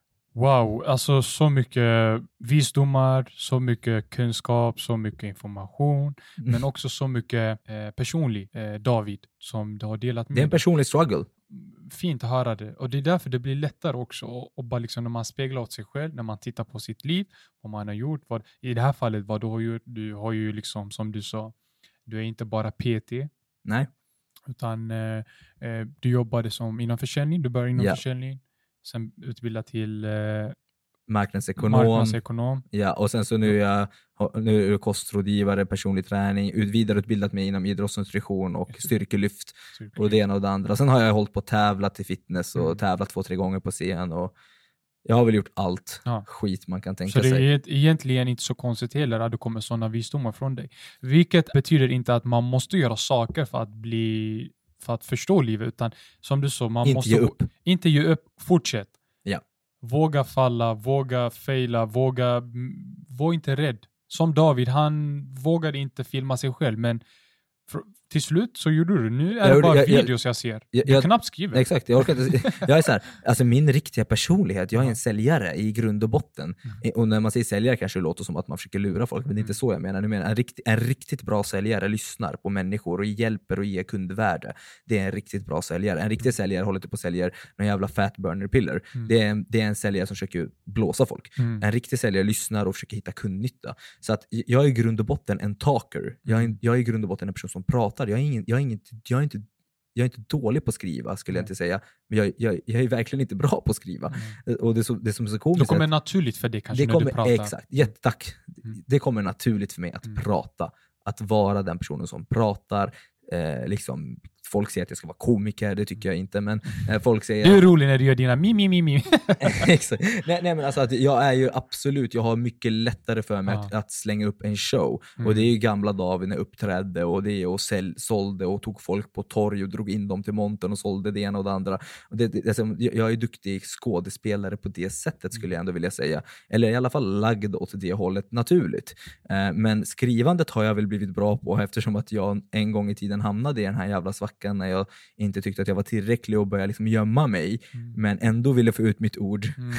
Wow, alltså så mycket visdomar, så mycket kunskap, så mycket information, mm. men också så mycket eh, personlig eh, David som du har delat med. Det är en personlig struggle. Fint att höra det. Och det är därför det blir lättare också. Och, och bara liksom när man speglar åt sig själv, när man tittar på sitt liv, vad man har gjort. Vad, i det här fallet, vad du har gjort. Du har ju liksom, som du sa, du är inte bara P T. Nej. Utan eh, eh, du jobbade som inom försäljning. Du började inom ja. försäljning. Sen utbildad till eh, marknadsekonom. marknadsekonom. Ja, och sen så nu är jag nu är jag kostrådgivare, personlig träning, vidareutbildat mig inom idrottsnutrition och styrkelyft och det ena och det andra. Sen har jag hållit på att tävla till fitness och mm. tävlat två, tre gånger på scen och jag har väl gjort allt ja. skit man kan tänka sig. Så det sig. är egentligen inte så konstigt heller att det kommer sådana visdomar från dig. Vilket betyder inte att man måste göra saker för att bli för att förstå livet, utan som du sa, man inte måste ge upp. inte ge upp, fortsätt. Ja. Våga falla, våga faila, våga, var inte rädd. Som David, han vågade inte filma sig själv, men för, till slut så gjorde du. Nu är jag, det bara jag, videos jag ser. Jag, du jag, knappt skriver. Exakt, jag orkar inte. Jag är så här, alltså min riktiga personlighet, jag är en säljare i grund och botten. Mm. Och när man säger säljare kanske det låter som att man försöker lura folk, men det är inte så jag menar. Jag menar en, rikt, en riktigt bra säljare lyssnar på människor och hjälper och ger kundvärde. Det är en riktigt bra säljare. En riktig säljare håller inte på att sälja någon jävla fat burner piller. Mm. Det, är, det är en säljare som försöker blåsa folk. Mm. En riktig säljare lyssnar och försöker hitta kundnytta. Så att jag är i grund och botten en talker. Jag är, jag är i grund och botten en person som pratar. Jag är ingen Jag är, ingen, jag, är inte, jag är inte dålig på att skriva, skulle jag inte säga. Men jag, jag, jag är verkligen inte bra på att skriva. Mm. Och det, så, det som är så komiskt... Det kommer att, naturligt för dig kanske det när kommer, du pratar. Exakt, jättetack. Mm. Det kommer naturligt för mig att mm. prata. Att vara den personen som pratar. Eh, liksom, folk säger att jag ska vara komiker, det tycker jag inte, men eh, folk säger... Du är rolig när du gör dina mi, mi, mi, mi. Exakt. Nej, nej, men alltså att jag är ju absolut, jag har mycket lättare för mig ja. att, att slänga upp en show. Mm. Och det är ju gamla David när jag uppträdde och det och säl, sålde och tog folk på torg och drog in dem till montern och sålde det ena och det andra. Och det, det, alltså, jag är duktig skådespelare på det sättet, skulle jag ändå vilja säga. Eller i alla fall lagd åt det hållet naturligt. Eh, men skrivandet har jag väl blivit bra på, eftersom att jag en gång i tiden hamnade i den här jävla svackan när jag inte tyckte att jag var tillräcklig och började liksom gömma mig, mm. men ändå ville få ut mitt ord. Mm.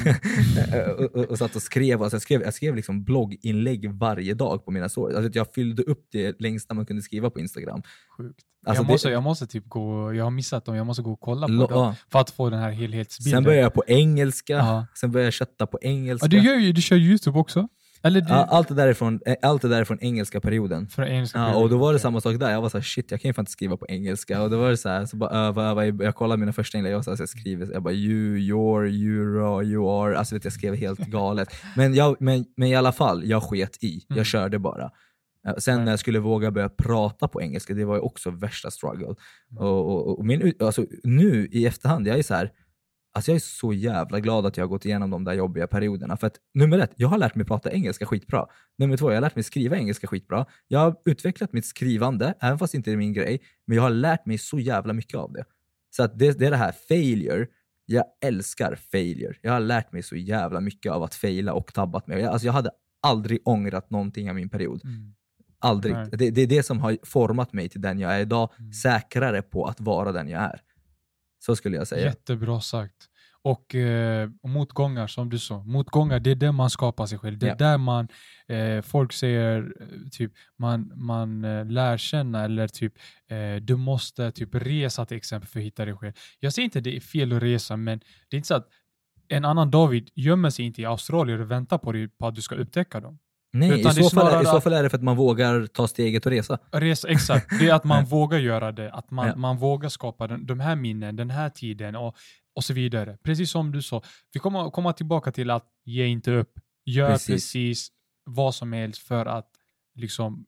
och, och, och satt och skrev, alltså jag skrev, jag skrev liksom blogginlägg varje dag på mina stories. Alltså jag fyllde upp det längsta man kunde skriva på Instagram. Sjukt. Alltså jag, måste, det, jag måste typ gå, jag har missat dem, jag måste gå och kolla på lo, dem för att få den här helhetsbilden. Sen började jag på engelska, ja. sen började jag chatta på engelska. Ja, du, gör ju, du kör YouTube också? Eller du... ja, allt det där är från, allt det där är från engelska perioden. Från engelska ja, perioden. Och då var det samma sak där. Jag var så här, shit, jag kan ju fan inte skriva på engelska. Och då var det så här, så bara öva, öva. Jag kollade mina första inlägg och så här, så jag skriver, jag bara you, your, you, you are. Alltså vet jag skrev helt galet. Men, jag, men, men i alla fall, jag sket i. Jag mm. körde bara. Sen mm. när jag skulle våga börja prata på engelska, det var ju också värsta struggle. Mm. Och, och, och min, alltså, nu i efterhand, jag är så här, alltså jag är så jävla glad att jag har gått igenom de där jobbiga perioderna. För att nummer ett, jag har lärt mig prata engelska skitbra. Nummer två, jag har lärt mig skriva engelska skitbra. Jag har utvecklat mitt skrivande, även fast det inte är min grej. Men jag har lärt mig så jävla mycket av det. Så att det, det är det här failure. Jag älskar failure. Jag har lärt mig så jävla mycket av att faila och tabbat mig. Jag, alltså jag hade aldrig ångrat någonting av min period. Mm. Aldrig. Det, det är det som har format mig till den jag är idag. Mm. Säkrare på att vara den jag är. Så skulle jag säga. Jättebra sagt. Och eh, motgångar, som du sa. Motgångar, det är där man skapar sig själv. Det är ja. där man, eh, folk säger, typ, man, man eh, lär känna eller typ, eh, du måste typ resa till exempel för att hitta dig själv. Jag säger inte det är fel att resa, men det är inte så att en annan David gömmer sig inte i Australien och väntar på dig på att du ska upptäcka dem. Nej, i så, fall, i så fall är det för att man vågar ta steget och resa. Resa, exakt. Det är att man vågar göra det. Att man, ja. man vågar skapa den, de här minnen, den här tiden och, och så vidare. Precis som du sa. Vi kommer komma tillbaka till att ge inte upp. Gör precis, precis vad som helst för att liksom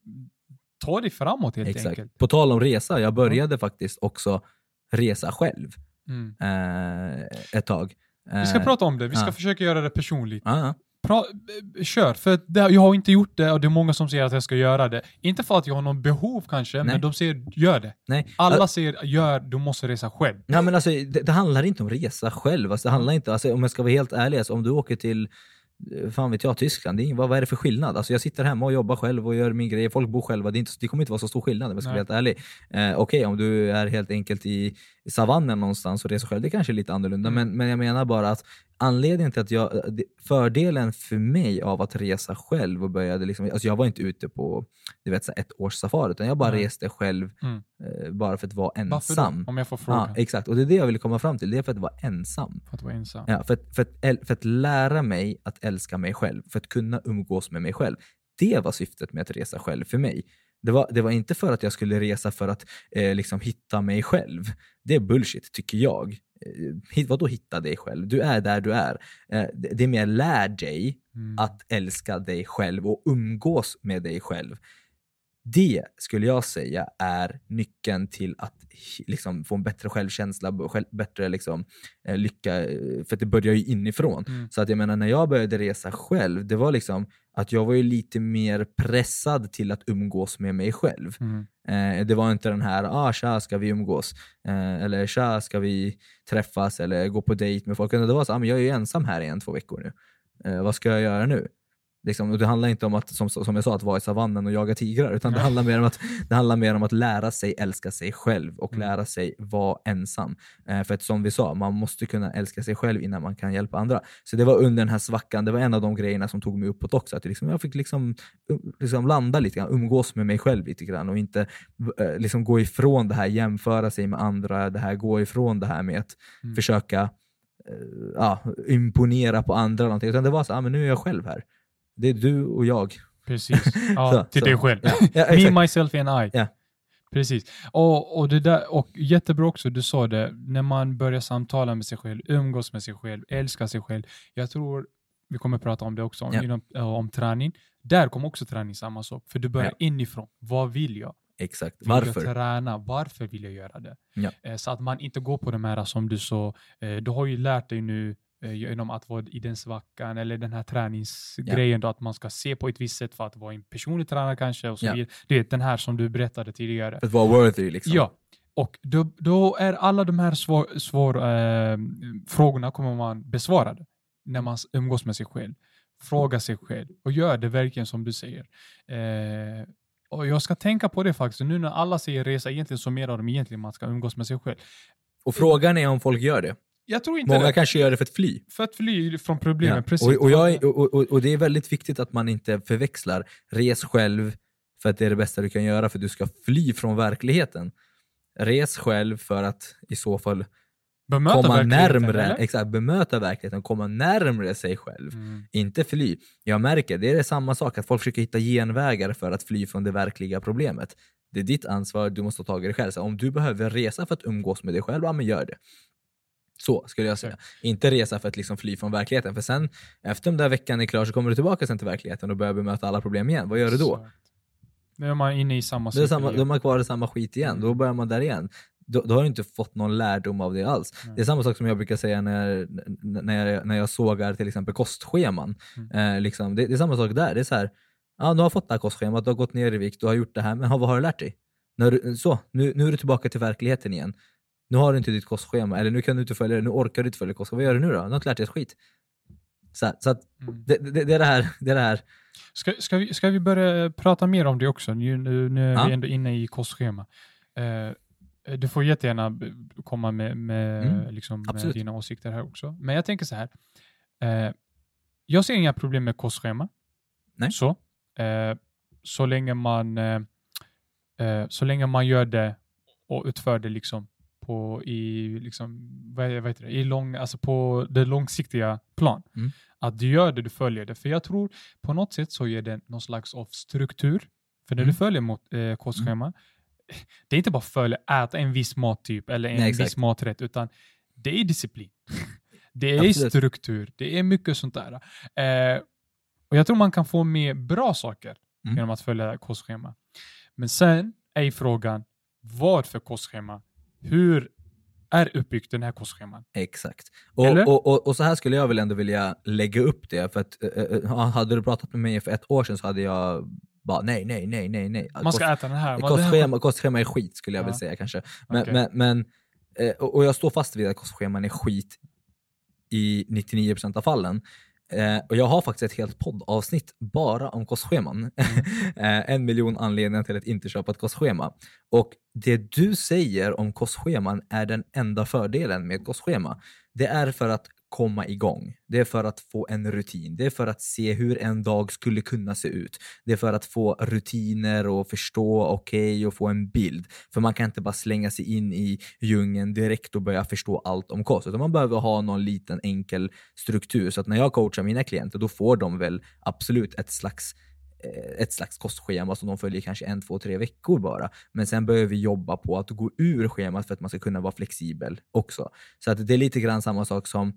ta dig framåt helt exakt. enkelt. På tal om resa, jag började mm. faktiskt också resa själv mm. eh, ett tag. Vi ska prata om det. Vi ska uh. försöka göra det personligt. Uh. pra- kör. För att det, jag har inte gjort det och det är många som säger att jag ska göra det. Inte för att jag har någon behov kanske, Nej. men de säger gör det. Nej. Alla Al- säger gör, du måste resa själv. Nej, men alltså, det, det handlar inte om resa själv. Alltså, det handlar inte, alltså, om jag ska vara helt ärlig, alltså, om du åker till fan vet jag, Tyskland, det är, vad, vad är det för skillnad? Alltså, jag sitter hemma och jobbar själv och gör min grej, folk bor själva, det, är inte, det kommer inte vara så stor skillnad om jag ska vara helt ärlig. Eh, Okej, okay, om du är helt enkelt i, i savannen någonstans och reser själv, det är kanske är lite annorlunda, mm. men, men jag menar bara att anledningen till att jag, fördelen för mig av att resa själv och började liksom, alltså jag var inte ute på du vet, så ett års safari, utan jag bara mm. reste själv mm. eh, bara för att vara ensam. Varför då? Om jag får fråga. Ja, exakt, och det är det jag ville komma fram till, det är för att vara ensam. För att vara ensam. Ja, för, att, för, att, för att lära mig att älska mig själv, för att kunna umgås med mig själv. Det var syftet med att resa själv för mig. Det var, det var inte för att jag skulle resa för att eh, liksom hitta mig själv. Det är bullshit, tycker jag. Eh, vadå hitta dig själv? Du är där du är. Eh, det, det är mer lär dig mm. att älska dig själv och umgås med dig själv. Det skulle jag säga är nyckeln till att liksom, få en bättre självkänsla, själv, bättre liksom, eh, lycka, för det börjar ju inifrån. Mm. Så att jag menar, när jag började resa själv, det var liksom att jag var ju lite mer pressad till att umgås med mig själv. Mm. Eh, det var inte den här, ah tja, ska vi umgås? Eh, eller tja, ska vi träffas? Eller gå på dejt med folk? Det var så, ah, men jag är ju ensam här i en, två veckor nu. Eh, vad ska jag göra nu? Liksom, och det handlar inte om att, som, som jag sa, att vara i savannen och jaga tigrar, utan det handlar, mer om att, det handlar mer om att lära sig älska sig själv och mm. lära sig vara ensam. Eh, för att som vi sa, man måste kunna älska sig själv innan man kan hjälpa andra. Så det var under den här svackan, det var en av de grejerna som tog mig uppåt också, att liksom, jag fick liksom, liksom landa lite grann, umgås med mig själv lite grann och inte eh, liksom gå ifrån det här, jämföra sig med andra, det här, gå ifrån det här med att mm. försöka eh, ja, imponera på andra någonting, utan det var så, ah, men nu är jag själv här. Det är du och jag. Precis. Ja, så, till så. Dig själv. Ja. Ja, Me, myself and I. Ja. Precis. Och, och, det där, och jättebra också, du sa det, när man börjar samtala med sig själv, umgås med sig själv, älska sig själv. Jag tror, vi kommer prata om det också, om, ja. inom, om träning. Där kommer också träning samma sak. För du börjar ja. inifrån. Vad vill jag? Exakt. Vill Varför? jag träna? Varför vill jag göra det? Ja. Så att man inte går på de här som du sa. Du har ju lärt dig nu genom att vara i den svackan eller den här träningsgrejen ja. Då, att man ska se på ett visst sätt för att vara en personlig tränare kanske och så ja. vidare. Det är den här som du berättade tidigare. För att vara worthy liksom. Ja, och då, då är alla de här svår, svår, äh, frågorna kommer man besvarade när man umgås med sig själv. Fråga sig själv och gör det verkligen som du säger. Eh, och jag ska tänka på det faktiskt. Nu när alla säger resa, egentligen så menar de egentligen man ska umgås med sig själv. Och frågan är om folk gör det. Jag tror inte Många det. kanske gör det för att fly. För att fly från problemen, ja. Precis. Och, och, jag, och, och, och det är väldigt viktigt att man inte förväxlar. Res själv för att det är det bästa du kan göra för att du ska fly från verkligheten. Res själv för att i så fall bemöta komma närmare, exakt, bemöta verkligheten, komma närmare sig själv. Mm. Inte fly. Jag märker, det är det samma sak att folk försöker hitta genvägar för att fly från det verkliga problemet. Det är ditt ansvar, du måste ta tag i det själv. Så om du behöver resa för att umgås med dig själv, ja men gör det. Så skulle jag säga. Okay. Inte resa för att liksom fly från verkligheten. För sen, efter den där veckan är klar så kommer du tillbaka sen till verkligheten och börjar bemöta alla problem igen. Vad gör du då? Då är man inne i samma sak. Då är man kvar i samma skit igen. Mm. Då börjar man där igen. Då, då har du inte fått någon lärdom av det alls. Mm. Det är samma sak som jag brukar säga när, när, jag, när jag sågar till exempel kostscheman. Mm. Eh, liksom, det, det är samma sak där. Det är så här, ja, du har fått det här kostschemat, du har gått ner i vikt, du har gjort det här, men vad har du lärt dig? När du, så, nu, nu är du tillbaka till verkligheten igen. Nu har du inte ditt kostschema, eller nu kan du inte följa det, nu orkar du inte följa kostschema. Vad gör du nu då? Du har inte lärt dig ett skit. Så, så att mm. det, det, det är det här. Det är det här. Ska, ska, vi, ska vi börja prata mer om det också? Nu, nu, nu är ja. vi ändå inne i kostschema. Uh, du får jättegärna komma med, med, mm. liksom, med dina åsikter här också. Men jag tänker så här. Uh, jag ser inga problem med kostschema. Nej. Så, uh, så, länge man, uh, uh, så länge man gör det och utför det liksom på i liksom vad heter det, i lång, alltså på det långsiktiga plan. Mm. Att du gör det, du följer det. För jag tror på något sätt så ger det någon slags av struktur. För när mm. du följer mot eh, kostschema, mm. det är inte bara följa, äta en viss mattyp eller en Nej, viss maträtt, utan det är disciplin. Det är Absolut. struktur. Det är mycket sånt där. Eh, och jag tror man kan få med bra saker mm. genom att följa kostschema. Men sen är frågan, varför kostschema? Hur är uppbyggt, den här kostscheman. Exakt. Och, och, och, och så här skulle jag väl ändå vilja lägga upp det. För att äh, hade du pratat med mig för ett år sedan så hade jag bara nej, nej, nej, nej, nej. Man ska Kost, äta den här. Kostschema, kostschema är skit skulle jag ja. väl säga kanske. Men, okay. men, men, och jag står fast vid att kostscheman är skit i nittionio procent av fallen. Eh, och jag har faktiskt ett helt poddavsnitt bara om kostscheman. Mm. eh, en miljon anledningar till att inte köpa ett kostschema. Och det du säger om kostscheman är den enda fördelen med kostschema. Det är för att komma igång. Det är för att få en rutin. Det är för att se hur en dag skulle kunna se ut. Det är för att få rutiner och förstå okej okay, och få en bild. För man kan inte bara slänga sig in i djungeln direkt och börja förstå allt om kost. Utan man behöver ha någon liten enkel struktur. Så att när jag coachar mina klienter då får de väl absolut ett slags ett slags kostschema som de följer kanske en, två, tre veckor bara. Men sen behöver vi jobba på att gå ur schemat för att man ska kunna vara flexibel också. Så att det är lite grann samma sak som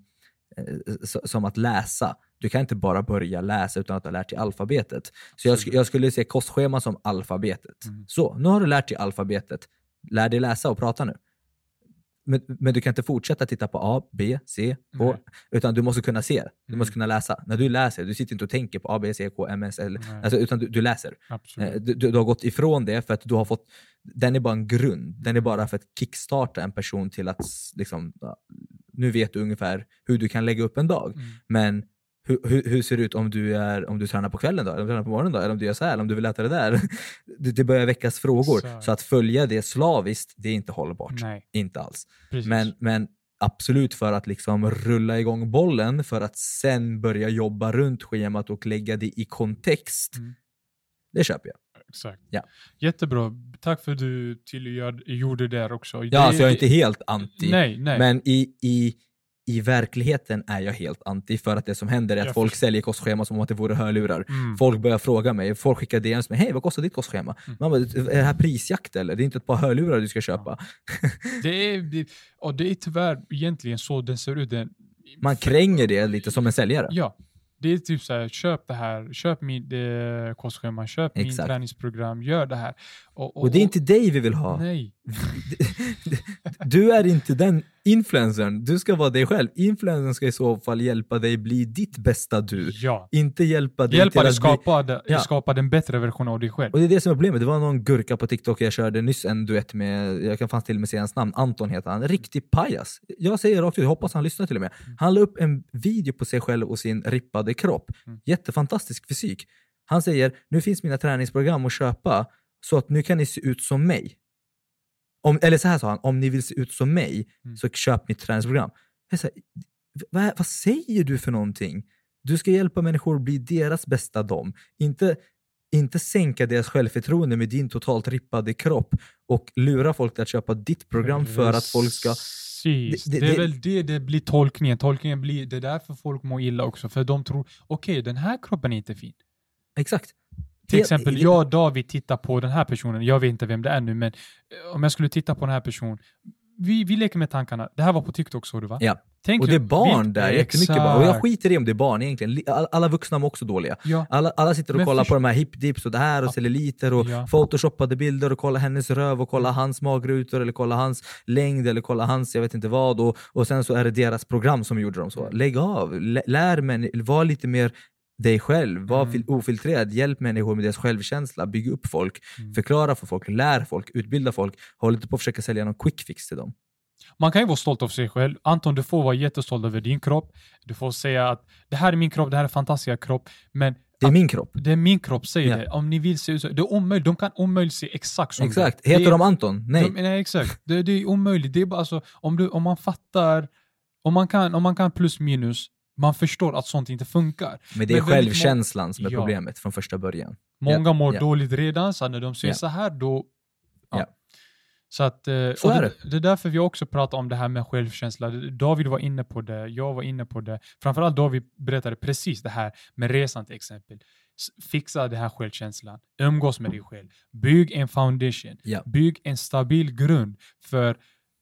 som att läsa. Du kan inte bara börja läsa utan att ha lärt dig alfabetet. Så jag, sk- jag skulle se kostschema som alfabetet. Mm. Så, nu har du lärt dig alfabetet. Lär dig läsa och prata nu. Men, men du kan inte fortsätta titta på A, B, C, K. Nej. Utan du måste kunna se. Du mm. måste kunna läsa. När du läser, du sitter inte och tänker på A, B, C, K, M, S, L. Alltså, utan du, du läser. Du, du, du har gått ifrån det för att du har fått... Den är bara en grund. Den är bara för att kickstarta en person till att liksom... Nu vet du ungefär hur du kan lägga upp en dag. Mm. Men hur, hur, hur ser det ut om du, är, om du tränar på kvällen då? Eller om du tränar på morgonen då? Eller om du gör så här? Eller om du vill äta det där? Det, det börjar väckas frågor. Så. så att följa det slaviskt, det är inte hållbart. Nej. Inte alls. Men, men absolut för att liksom rulla igång bollen. För att sen börja jobba runt schemat och lägga det i kontext. Mm. Det köper jag. Exakt. Ja. Jättebra. Tack för att du tillgjorde det där också. Ja, det, så jag är inte helt anti. Nej, nej. Men i, i, i verkligheten är jag helt anti. För att det som händer är att jag folk förstår. Säljer kostschema som att det vore hörlurar. Mm. Folk börjar fråga mig. Folk skickar D Ms med. Hej, vad kostar ditt kostschema? Mm. Man bara, är det här prisjakt eller? Det är inte ett par hörlurar du ska köpa. Ja. det, är, det, och det är tyvärr egentligen så den ser ut. Den, Man kränger det lite som en säljare. Ja. Det är typ så här, köp det här, köp mitt eh, kostschema, köp Exakt. min träningsprogram, gör det här. Och, och, och det är inte dig vi vill ha. Nej. Du är inte den influencern, du ska vara dig själv. Influencern ska i så fall hjälpa dig bli ditt bästa du. Ja. Inte hjälpa dig hjälpa till dig att skapa, bli... det, ja. skapa den bättre versionen av dig själv. Och det är det som är problemet. Det var någon gurka på TikTok jag körde nyss en duett med, jag kan fan till och med säga hans namn, Anton heter han. Riktig pajas. Jag säger rakt ut, jag hoppas han lyssnar till och med. Han la upp en video på sig själv och sin rippade kropp. Mm. Jättefantastisk fysik. Han säger, nu finns mina träningsprogram att köpa så att nu kan ni se ut som mig. Om, eller så här sa han, om ni vill se ut som mig mm. så köp mitt träningsprogram. Jag säger, vad, vad säger du för någonting? Du ska hjälpa människor att bli deras bästa dom. Inte, inte sänka deras självförtroende med din totalt rippade kropp och lura folk att köpa ditt program för att folk ska... Det, det, det är väl det det blir tolkningen. Tolkningen blir, det är därför folk mår illa också. För de tror, okej, okay, den här kroppen är inte fin. Exakt. Till exempel, jag och David tittar på den här personen. Jag vet inte vem det är nu, men om jag skulle titta på den här personen. Vi, vi leker med tankarna. Det här var på TikTok, så du va? Ja. Tänk och det är barn vi, där, jättemycket barn. Och jag skiter i om det är barn egentligen. Alla, alla vuxna är också dåliga. Ja. Alla, alla sitter och men kollar för... på de här hipdips och det här och celluliter och ja. photoshoppade bilder och kollar hennes röv och kollar hans magrutor eller kollar hans längd eller kollar hans, jag vet inte vad. Och, och sen så är det deras program som gjorde dem så. Lägg av, lär mig, var lite mer dig själv, var mm. ofiltrerad, hjälp människor med deras självkänsla, bygg upp folk, mm. förklara för folk, lär folk, utbilda folk. Håll inte på att försöka sälja någon quick fix till dem. Man kan ju vara stolt av sig själv. Anton, du får vara jättestolt över din kropp. Du får säga att det här är min kropp, det här är fantastiska kropp. Men det är min kropp. Det är min kropp, säg ja. det. Om ni vill se ut så. Det är omöjligt. De kan omöjligt se exakt som exakt. det. Heter det är, de Anton? Nej. De, nej, exakt. Det, det är omöjligt. Det är bara alltså, om, du, om man fattar, om man, kan, om man kan plus minus, man förstår att sånt inte funkar. Men det är men självkänslan må- som är ja. problemet från första början. Många ja. mår ja. dåligt redan, så när de ser ja. så här, då... Ja. Ja. Så, att, så och är det, det. det är därför vi också pratar om det här med självkänsla. David var inne på det, jag var inne på det. Framförallt David berättade precis det här med resan till exempel. Fixa det här självkänslan. Umgås med dig själv. Bygg en foundation. Ja. Bygg en stabil grund. För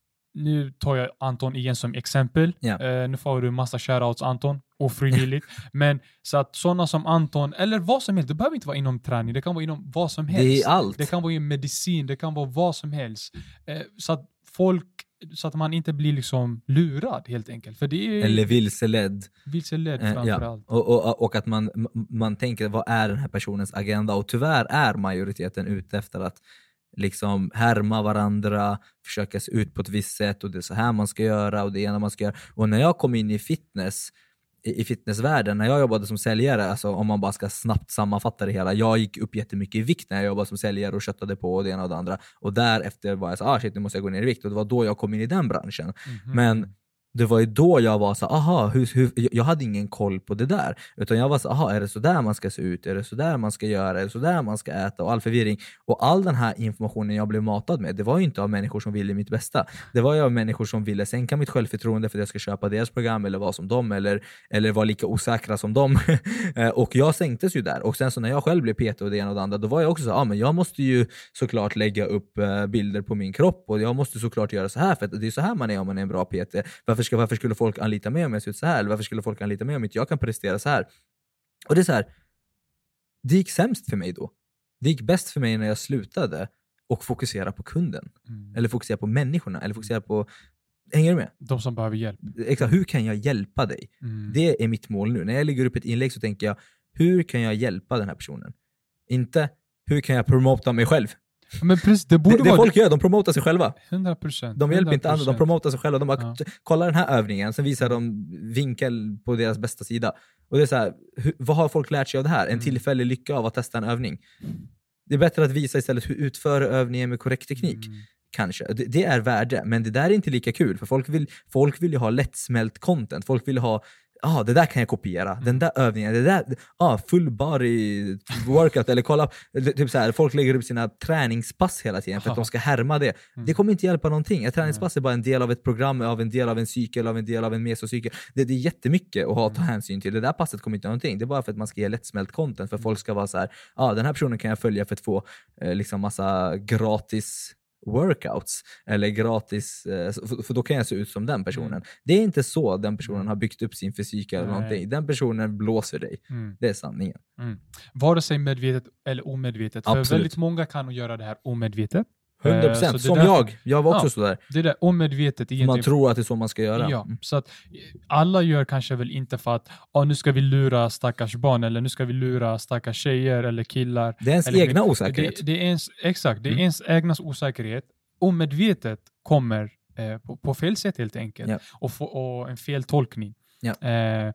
nu tar jag Anton igen som exempel. Ja. Uh, nu får du massa shoutouts Anton. Ofrivilligt. Men så att sådana som Anton, eller vad som helst, det behöver inte vara inom träning, det kan vara inom vad som helst. Det är allt. Det kan vara inom medicin, det kan vara vad som helst. Uh, så att folk så att man inte blir liksom lurad helt enkelt. För det är Eller vilseledd. Vilseledd Eh, framförallt. ja. och, och, och att man, man tänker, vad är den här personens agenda? Och tyvärr är majoriteten ute efter att liksom härma varandra, försöka se ut på ett visst sätt och det är så här man ska göra och det ena man ska göra. Och när jag kom in i fitness i fitnessvärlden, när jag jobbade som säljare, alltså om man bara ska snabbt sammanfatta det hela, jag gick upp jättemycket i vikt när jag jobbade som säljare och köttade på det ena och det andra, och därefter var jag så ah shit, nu måste jag gå ner i vikt, och det var då jag kom in i den branschen. Mm-hmm. Men det var ju då jag var så aha, hur, hur, jag hade ingen koll på det där, utan jag var så aha, är det så där man ska se ut, är det så där man ska göra, är det så där man ska äta, och all förvirring. Och all den här informationen jag blev matad med, det var ju inte av människor som ville mitt bästa, det var ju av människor som ville sänka mitt självförtroende för att jag ska köpa deras program eller vara som dem, eller, eller vara lika osäkra som dem. Och jag sänktes ju där, och sen så när jag själv blev P T och det ena och det andra, då var jag också så, ja ah, men jag måste ju såklart lägga upp uh, bilder på min kropp, och jag måste såklart göra så här, för att det är så här man är om man är en bra P T. Varför Ska, varför skulle folk anlita mig om jag ser ut så här? Eller varför skulle folk anlita mig om inte jag kan prestera så här? Och det är så här, det gick sämst för mig då. Det gick bäst för mig när jag slutade och fokusera på kunden. Mm. Eller fokusera på människorna. Eller fokusera på, hänger du med? De som behöver hjälp. Exakt, hur kan jag hjälpa dig? Mm. Det är mitt mål nu. När jag lägger upp ett inlägg så tänker jag, hur kan jag hjälpa den här personen? Inte, hur kan jag promota mig själv? Men precis, det borde det, det vara folk det. gör, de promotar sig själva. hundra procent. De hjälper inte andra, de promotar sig själva. De bara, ja. kolla den här övningen, sen visar de vinkel på deras bästa sida. Och det är så här, hur, vad har folk lärt sig av det här? En tillfällig lycka av att testa en övning. Det är bättre att visa istället hur utför övningen med korrekt teknik. Mm. Kanske. Det, det är värde, men det där är inte lika kul. För folk vill, folk vill ju ha lättsmält content. Folk vill ha ah, det där kan jag kopiera. Mm. Den där övningen, det där, ah, full body workout, eller kolla, typ så här, folk lägger upp sina träningspass hela tiden för att de ska härma det. Mm. Det kommer inte hjälpa någonting. Ett träningspass är bara en del av ett program, av en del av en cykel, av en del av en mesocykel. Det, det är jättemycket att ha att ta hänsyn till. Det där passet kommer inte någonting. Det är bara för att man ska ge lättsmält content, för folk ska vara så här, ah, den här personen kan jag följa för att få eh, liksom massa gratis workouts eller gratis, för då kan jag se ut som den personen. Mm. Det är inte så den personen har byggt upp sin fysik eller Nej. någonting. Den personen blåser dig. Mm. Det är sanningen. Mm. Vare sig medvetet eller omedvetet. Absolut. För väldigt många kan göra det här omedvetet. hundra procent. Som där, jag. Jag var också ja, sådär. Det där omedvetet. Egentligen. Man tror att det är så man ska göra. Ja, så att alla gör kanske väl inte för att oh, nu ska vi lura stackars barn, eller nu ska vi lura stackars tjejer eller killar. Det är ens eller, egna osäkerhet. Det, det är ens, exakt, det är mm. ens egna osäkerhet. Omedvetet kommer eh, på, på fel sätt helt enkelt. Ja. Och, få, och en fel tolkning. Ja. Eh,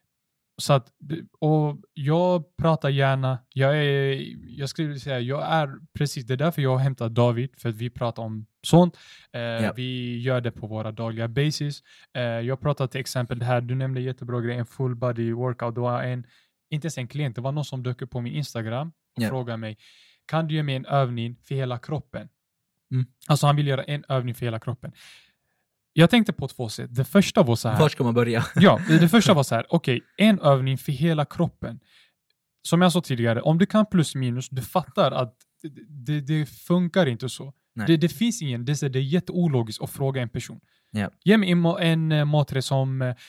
Så att, och jag pratar gärna, jag är, jag skulle säga, jag är precis, det är därför jag har hämtat David, för att vi pratar om sånt. Eh, ja. Vi gör det på våra dagliga basis. Eh, jag pratar till exempel det här, du nämnde jättebra grej, en full body workout. Det var en, inte ens en klient, det var någon som dök upp på min Instagram och ja. frågade mig, kan du ge mig en övning för hela kroppen? Mm. Alltså han vill göra en övning för hela kroppen. Jag tänkte på två sätt. Det första var så här. Var ska man börja? Ja, det första var så här. Okej, okay, en övning för hela kroppen. Som jag sa tidigare, om du kan plus minus, du fattar att det, det, det funkar inte så. Det, det finns ingen, det är, det är jätteologiskt att fråga en person. Ja. Ge mig en, en maträtt som eh,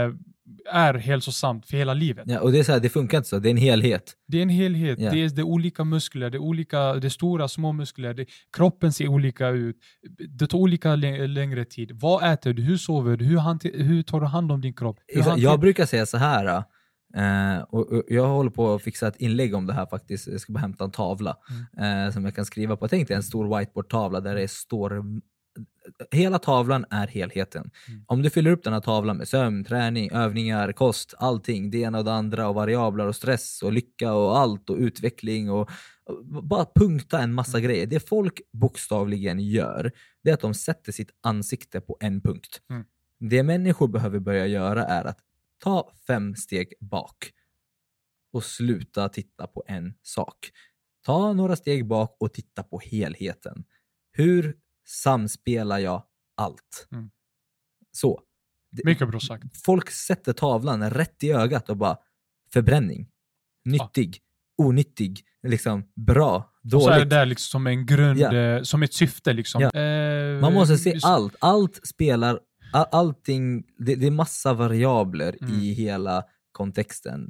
är hälsosamt för hela livet. Ja, och det är så här, det funkar inte så. Det är en helhet. Det är en helhet. Ja. Det, är, det är olika muskler, det är olika, det är stora, små muskler. Det, kroppen ser olika ut. Det tar olika läng- längre tid. Vad äter du? Hur sover du? Hur, hanter, hur tar du hand om din kropp? Hanter- jag brukar säga så här. Uh, och, och jag håller på att fixa ett inlägg om det här faktiskt. Jag ska bara hämta en tavla mm. uh, som jag kan skriva på. Tänk dig en stor whiteboard-tavla där det står, hela tavlan är helheten. Mm. Om du fyller upp den här tavlan med sömn, träning, övningar, kost, allting, det ena och det andra, och variabler och stress och lycka och allt och utveckling och, och bara punkta en massa mm. grejer. Det folk bokstavligen gör, det är att de sätter sitt ansikte på en punkt. Mm. Det människor behöver börja göra är att ta fem steg bak och sluta titta på en sak. Ta några steg bak och titta på helheten. Hur samspelar jag allt? Mm. Så. Mycket bra sagt. Folk sätter tavlan rätt i ögat och bara förbränning. Nyttig. Ja. Onyttig. Liksom bra. Dåligt. Och så är det där liksom som en grund, ja. som ett syfte liksom. Ja. Eh, Man måste se allt. Allt spelar Allting, det, det är massa variabler mm. i hela kontexten.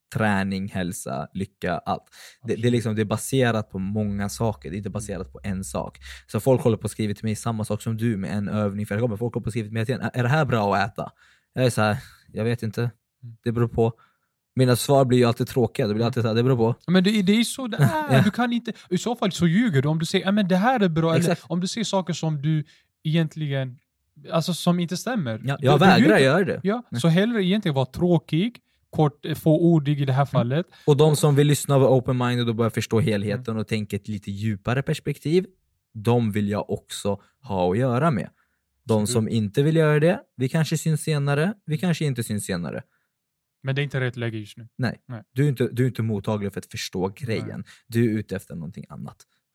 träning, hälsa, lycka, allt. Det, det, är liksom, det är baserat på många saker. Det är inte baserat på en sak. Så folk håller på att skriva till mig samma sak som du med en övning. För jag kommer, folk håller på att skriva till mig igen. Är det här bra att äta? Jag är så här, jag vet inte. Det beror på. Mina svar blir ju alltid tråkiga. Det blir alltid så här, det beror på. Men det, det är så det är. Ja. Du kan inte, i så fall så ljuger du om du säger, men det här är bra. Eller om du säger saker som du egentligen, alltså som inte stämmer. Ja, jag du, vägrar du göra det. Ja, så hellre egentligen vara tråkig, kort, fåordig i det här fallet. Mm. Och de som vill lyssna och vara open-minded och börja förstå helheten mm. och tänka ett lite djupare perspektiv, de vill jag också ha att göra med. De mm. som inte vill göra det, vi kanske syns senare, vi kanske inte syns senare. Men det är inte rätt läge just nu. Nej, Nej. Du, är inte, du är inte mottaglig för att förstå grejen. Nej. Du är ute efter någonting annat.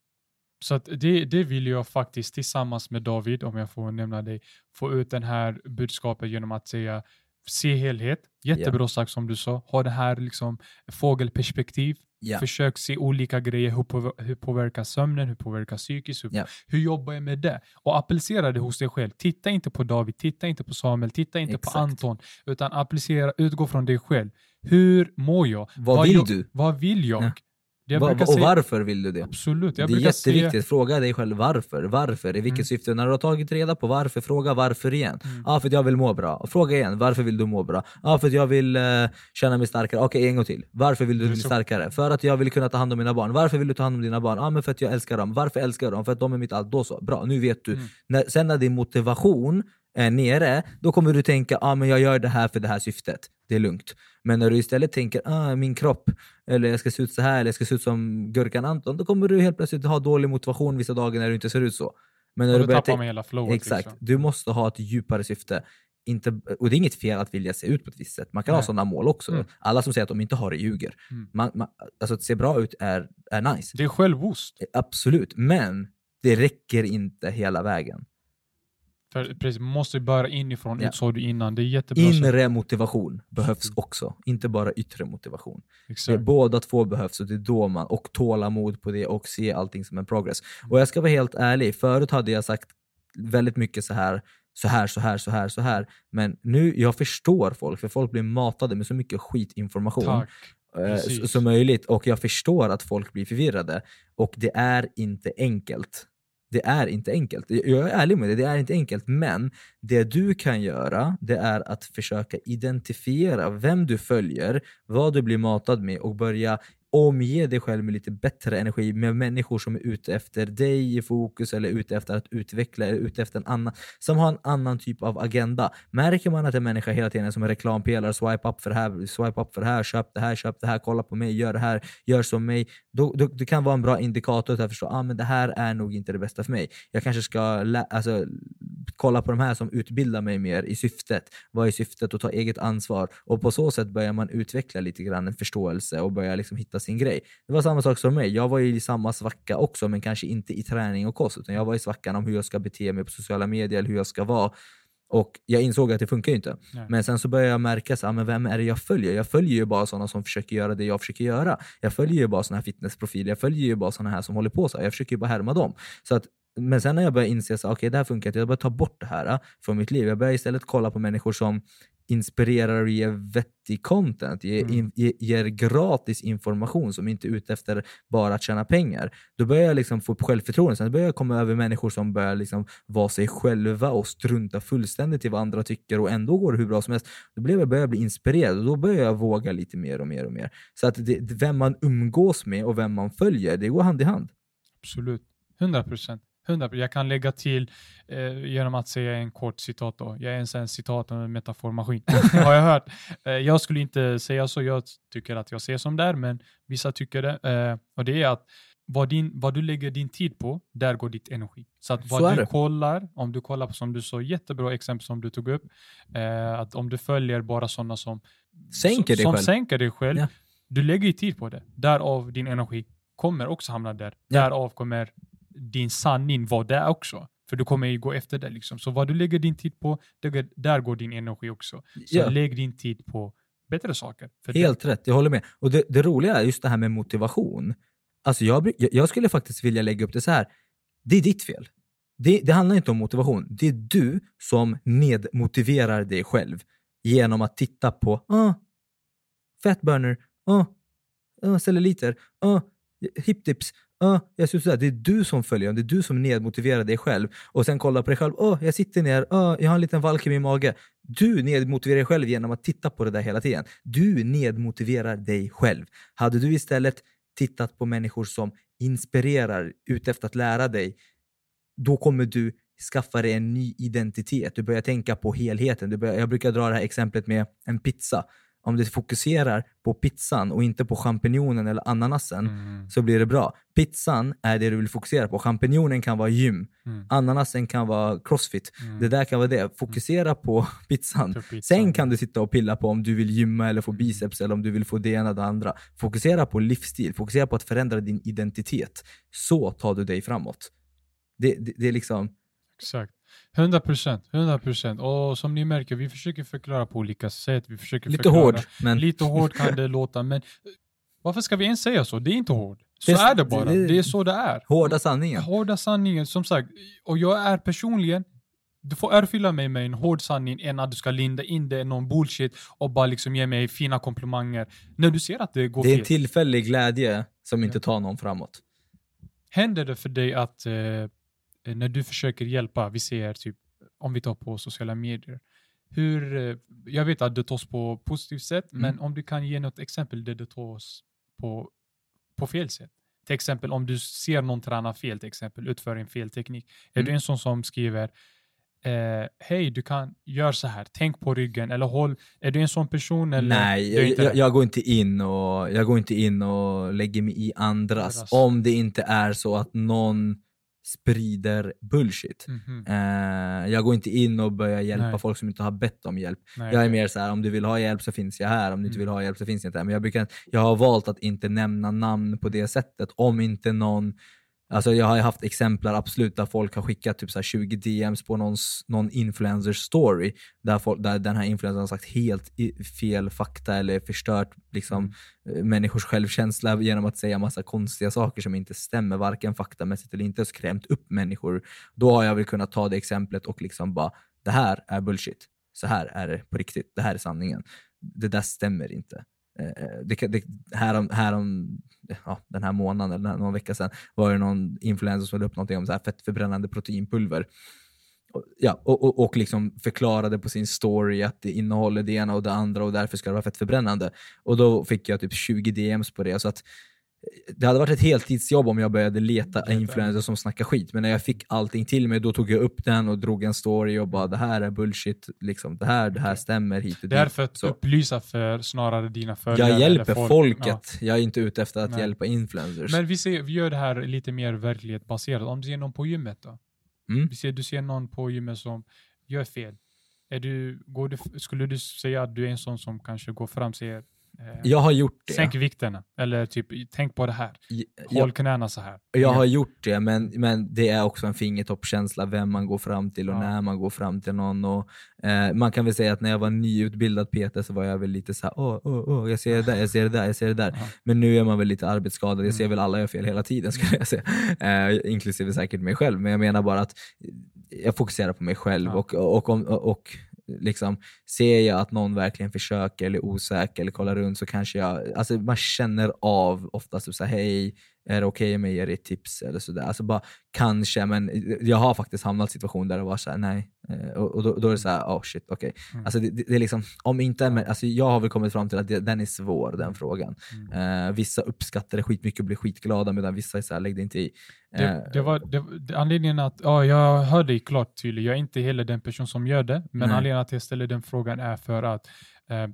Så att det, det vill jag faktiskt tillsammans med David, om jag får nämna dig, få ut den här budskapet genom att säga se helhet. Jättebra yeah. sagt som du sa. Ha det här liksom fågelperspektiv. Yeah. Försök se olika grejer. Hur, på, hur påverkar sömnen? Hur påverkar psykiskt? Hur, yeah. hur jobbar jag med det? Och applicera det hos dig själv. Titta inte på David. Titta inte på Samuel. Titta inte Exakt. på Anton. Utan applicera, utgå från dig själv. Hur mår jag? Vad, vad vill jag, du? Vad vill jag? Yeah. Va, och säga, varför vill du det? Absolut. Jag det är jätteviktigt. Säga... Fråga dig själv varför. Varför? I vilket mm. syfte? När du har tagit reda på varför, fråga varför igen. Ja, mm. ah, för att jag vill må bra. Och fråga igen. Varför vill du må bra? Ja, ah, för att jag vill uh, känna mig starkare. Okej, okay, en gång till. Varför vill du bli så... starkare? För att jag vill kunna ta hand om mina barn. Varför vill du ta hand om dina barn? Ja, ah, men för att jag älskar dem. Varför älskar jag dem? För att de är mitt allt. Då så. Bra, nu vet du. Mm. När, sen när din motivation är nere, då kommer du tänka, ja ah, men jag gör det här för det här syftet. Det är lugnt. Men när du istället tänker, ah min kropp, eller jag ska se ut så här, eller jag ska se ut som Gurkan Anton, då kommer du helt plötsligt ha dålig motivation vissa dagar när du inte ser ut så. Men när och du börjar tappar man hela flowet. Exakt. Liksom. Du måste ha ett djupare syfte. Inte, och det är inget fel att vilja se ut på ett visst sätt. Man kan Nej. ha sådana mål också. Mm. Alla som säger att de inte har det ljuger. Mm. Man, man, alltså att se bra ut är, är nice. Det är självost. Absolut. Men det räcker inte hela vägen. För, precis, man måste börja inifrån, ja. utsåg du innan. Det är jättebra. Inre motivation behövs också. Inte bara yttre motivation. Det, båda två behövs och det är då man, och tålamod på det och se allting som en progress. Mm. Och jag ska vara helt ärlig, förut hade jag sagt väldigt mycket så här, så här, så här, så här, så här. Men nu, jag förstår folk, för folk blir matade med så mycket skitinformation. Tack. Eh, som möjligt. Och jag förstår att folk blir förvirrade. Och det är inte enkelt. Det är inte enkelt. Jag är ärlig med det, det är inte enkelt. Men det du kan göra, det är att försöka identifiera vem du följer, vad du blir matad med och börja omge dig själv med lite bättre energi, med människor som är ute efter dig i fokus, eller ute efter att utveckla, eller ute efter en annan, som har en annan typ av agenda. Märker man att en människa hela tiden är som en reklampelare, swipe up för det här, swipe up för det här, köp det här, köp det här, kolla på mig, gör det här, gör som mig, då, då det kan vara en bra indikator till att förstå, ah, men det här är nog inte det bästa för mig. Jag kanske ska lä- alltså, kolla på de här som utbildar mig mer i syftet. Vad är syftet? Och ta eget ansvar. Och på så sätt börjar man utveckla lite grann en förståelse och börja liksom hitta sin grej. Det var samma sak som mig. Jag var i samma svacka också, men kanske inte i träning och kost, utan jag var i svackan om hur jag ska bete mig på sociala medier, eller hur jag ska vara. Och jag insåg att det funkar inte. Nej. Men sen så började jag märka så, ah, men vem är det jag följer? Jag följer ju bara sådana som försöker göra det jag försöker göra. Jag följer ju bara sådana här fitnessprofiler. Jag följer ju bara sådana här som håller på så här. Jag försöker ju bara härma dem. Så att, men sen när jag började inse så, okej, okay, det här funkar inte. Jag började ta bort det här från mitt liv. Jag började istället kolla på människor som inspirerar och ger vettig content, ger, mm. in, ger, ger gratis information som inte är ute efter bara att tjäna pengar. Då börjar jag liksom få upp självförtroende. Sen börjar jag komma över människor som börjar liksom vara sig själva och strunta fullständigt i vad andra tycker, och ändå går det hur bra som helst. Då börjar jag börja bli inspirerad, och då börjar jag våga lite mer och mer och mer. Så att det, vem man umgås med och vem man följer, det går hand i hand. Absolut, hundra procent. Jag kan lägga till eh, genom att säga en kort citat då. Jag är en sån citat om en metaformaskin. Har jag hört. Eh, jag skulle inte säga så. Jag tycker att jag ser som där, men vissa tycker det. Eh, och det är att vad, din, vad du lägger din tid på, där går ditt energi. Så att vad så du kollar, om du kollar på, som du sa, jättebra exempel som du tog upp. Eh, att om du följer bara sådana som sänker dig som själv, sänker dig själv ja. Du lägger ju tid på det. Därav din energi kommer också hamna där. Ja. Därav kommer din sanning var där också. För du kommer ju gå efter det liksom. Så vad du lägger din tid på, där, där går din energi också. Så ja. Lägg din tid på bättre saker. Helt det. rätt, jag håller med. Och det, det roliga är just det här med motivation. Alltså jag, jag skulle faktiskt vilja lägga upp det så här. Det är ditt fel. Det, det handlar inte om motivation. Det är du som nedmotiverar dig själv genom att titta på ah, fat burner. Uh, uh, celluliter. Uh, hip-dips. Uh, jag synes det är du som följer, det är du som nedmotiverar dig själv. Och sen kolla på dig själv. Oh, jag sitter ner, oh, jag har en liten valk i min mage. Du nedmotiverar dig själv genom att titta på det där hela tiden. Du nedmotiverar dig själv. Hade du istället tittat på människor som inspirerar ut efter att lära dig, då kommer du skaffa dig en ny identitet. Du börjar tänka på helheten. Du börjar, jag brukar dra det här exemplet med en pizza. Om du fokuserar på pizzan och inte på champinjonen eller ananasen mm. så blir det bra. Pizzan är det du vill fokusera på. Champinjonen kan vara gym. Mm. Ananasen kan vara crossfit. Mm. Det där kan vara det. Fokusera mm. på pizzan. pizzan. Sen kan du sitta och pilla på om du vill gymma eller få biceps eller om du vill få det ena eller det andra. Fokusera på livsstil. Fokusera på att förändra din identitet. Så tar du dig framåt. Det, det, det är liksom... Exakt. hundra procent. hundra procent. Och som ni märker, vi försöker förklara på olika sätt. Vi försöker lite förklara. hård. Men... Lite hård kan det låta. Men varför ska vi ens säga så? Det är inte hård. Så det, är det bara. Det, det är så det är. Hårda sanningen. Hårda sanningen, som sagt. Och jag är personligen... Du får örfila mig med en hård sanning än att du ska linda in det i någon bullshit och bara liksom ge mig fina komplimanger. När du ser att det går fel. Det är en tillfällig glädje som inte tar någon framåt. Händer det för dig att... Eh, när du försöker hjälpa, vi ser typ, om vi tar på sociala medier, hur, jag vet att det tas på positivt sätt, mm. men om du kan ge något exempel där det tas på, på fel sätt. Till exempel om du ser någon träna fel, till exempel utför en fel teknik. Är mm. du en sån som skriver, eh, hej, du kan göra så här, tänk på ryggen, eller håll, är du en sån person? Eller? Nej, jag, jag, jag går inte in och jag går inte in och lägger mig i andras, andras. Om det inte är så att någon sprider bullshit. Mm-hmm. Eh, jag går inte in och börjar hjälpa Nej. folk som inte har bett om hjälp. Nej, jag är mer så här, om du vill ha hjälp så finns jag här. Om du inte vill ha hjälp så finns jag inte här. Men jag, brukar, jag har valt att inte nämna namn på det sättet. Om inte någon... Alltså jag har haft exemplar absolut där folk har skickat typ så här tjugo D M's på någon, någon influencer story där, folk, där den här influencern har sagt helt fel fakta eller förstört liksom, mm. människors självkänsla genom att säga massa konstiga saker som inte stämmer, varken faktamässigt eller inte, skrämt upp människor. Då har jag väl kunnat ta det exemplet och liksom bara, det här är bullshit. Så här är det på riktigt. Det här är sanningen. Det där stämmer inte. Det, det, här om, här om ja, den här månaden eller någon vecka sedan var det någon influencer som hade upp någonting om så här fettförbrännande proteinpulver och, ja, och, och, och liksom förklarade på sin story att det innehåller det ena och det andra och därför ska det vara fettförbrännande, och då fick jag typ tjugo D M's på det. Så att det hade varit ett heltidsjobb om jag började leta influencer som snackar skit. Men när jag fick allting till mig, då tog jag upp den och drog en story och bara, det här är bullshit, liksom, det här, det här stämmer hit och dit. Det är för att så. upplysa för snarare dina följare. Jag hjälper folk. folket. Ja. Jag är inte ute efter att Nej. hjälpa influencers. Men vi, ser, vi gör det här lite mer verklighetsbaserat. Om du ser någon på gymmet då? Mm. Vi ser, du ser någon på gymmet som gör fel. Är du, går du, skulle du säga att du är en sån som kanske går fram och säger jag har gjort det. Sänk vikterna. Eller typ, tänk på det här. Håll knäna så här. Jag har gjort det, men, men det är också en fingertoppkänsla vem man går fram till och ja. när man går fram till någon. Och, eh, man kan väl säga att när jag var nyutbildad P T så var jag väl lite så här, åh, åh, åh, jag ser det där, jag ser det där, jag ser det där. Ja. Men nu är man väl lite arbetsskadad. Jag ser mm. väl alla gör fel hela tiden, skulle jag säga. Eh, inklusive säkert mig själv. Men jag menar bara att jag fokuserar på mig själv. Ja. Och, och, och, och, och liksom, ser jag att någon verkligen försöker eller är osäker eller kollar runt, så kanske jag, alltså man känner av oftast så här, hej, är det okej okay med er ett tips eller sådär, alltså bara kanske, men jag har faktiskt hamnat i en situation där det var så här, nej, och, och då, då är det så här, oh shit, okej okay. mm. Alltså det, det är liksom, om inte, men, alltså jag har väl kommit fram till att det, den är svår, den frågan. mm. uh, vissa uppskattar det skitmycket och blir skitglada, medan vissa är så här, lägg det inte i. uh, det, det var det, det, anledningen att, ja, jag hörde dig klart tydligt, jag är inte heller den person som gör det, men nej. anledningen att jag ställer den frågan är för att uh,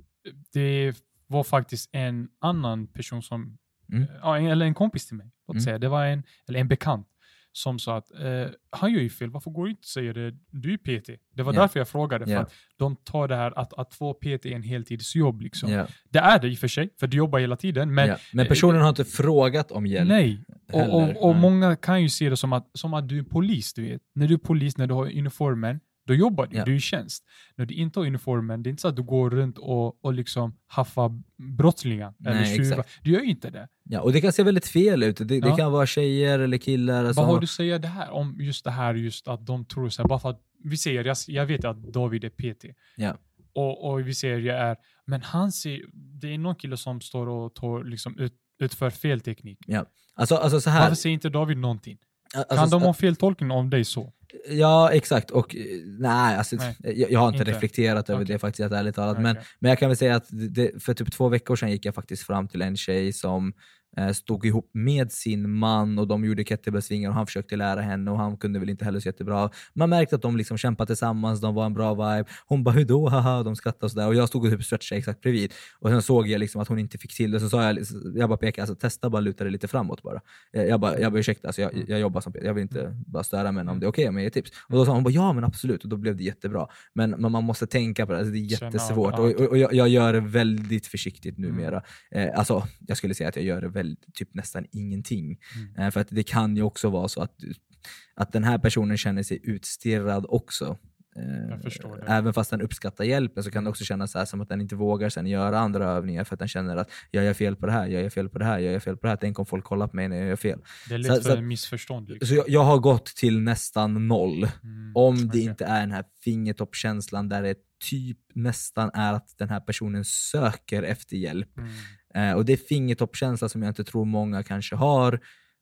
det var faktiskt en annan person som Mm. Ja, eller en kompis till mig, låt mm. säga. Det var en, eller en bekant som sa att eh, han gör ju fel, varför går du inte och säger det? Du är P T. Det var yeah. därför jag frågade, för yeah. att de tar det här att, att få P T är en heltidsjobb liksom. Yeah. Det är det i och för sig, för du jobbar hela tiden. Men, yeah. men personen eh, har inte frågat om hjälp. Nej, och, och, och många kan ju se det som att, som att du är polis, du vet. När du är polis, när du har uniformen, då jobbar du, yeah. du är i tjänst. När du inte har uniformen, det är inte så att du går runt och, och liksom haffar brottslingar. Nej, eller tjuvar. Du gör ju inte det. Ja, och det kan se väldigt fel ut. Det, ja. det kan vara tjejer eller killar. Vad har du att säga det här om just det här, just att de tror så här, bara för att vi säger, jag, jag vet att David är P T. Ja. Och, och vi ser ju är, men han ser, det är någon kille som står och tar, liksom ut, utför fel teknik. Ja. Alltså, alltså så här. Varför säger inte David någonting? Alltså, kan de ha fel tolkning om dig så? Ja, exakt. Och nej, alltså, nej. Jag, jag har inte, inte. reflekterat över okay. det faktiskt, ärligt talat. Okay. Men, men jag kan väl säga att det, för typ två veckor sedan gick jag faktiskt fram till en tjej som eh, stod ihop med sin man och de gjorde kettlebellsvingar och han försökte lära henne och han kunde väl inte heller så jättebra. Man märkte att de liksom kämpade tillsammans, de var en bra vibe. Hon bara, hur då? Haha, och de skrattade och sådär. Och jag stod och typ stretchade exakt bredvid. Och sen såg jag liksom att hon inte fick till det. Så sa jag, jag bara pekade, alltså testa bara luta det lite framåt bara. Jag bara, jag bara ursäkta, alltså, jag, jag jobbar som Peter. Jag vill inte bara störa men om det är okej okay, om jag ger tips. Och då sa hon bara, ja men absolut. Och då blev det jättebra. Men, men man måste tänka på det, alltså, det är jättesvårt. Och, och, och jag, jag gör det väldigt försiktigt numera. Mm. Eh, alltså, jag skulle säga att jag gör det väl typ nästan ingenting. Mm. Eh, för att det kan ju också vara så att, att den här personen känner sig utstirrad också. Jag förstår det. Även fast den uppskattar hjälpen så kan det också kännas så här som att den inte vågar sen göra andra övningar för att den känner att jag gör fel på det här, jag gör fel på det här, jag gör fel på det här. Tänk om folk kollar på mig när jag gör fel. Det är lätt så, för så, en missförstånd. Liksom. Så jag, jag har gått till nästan noll. Mm, om det okay. inte är den här fingertoppkänslan där det typ nästan är att den här personen söker efter hjälp. Mm. Eh, och det är fingertoppkänsla som jag inte tror många kanske har.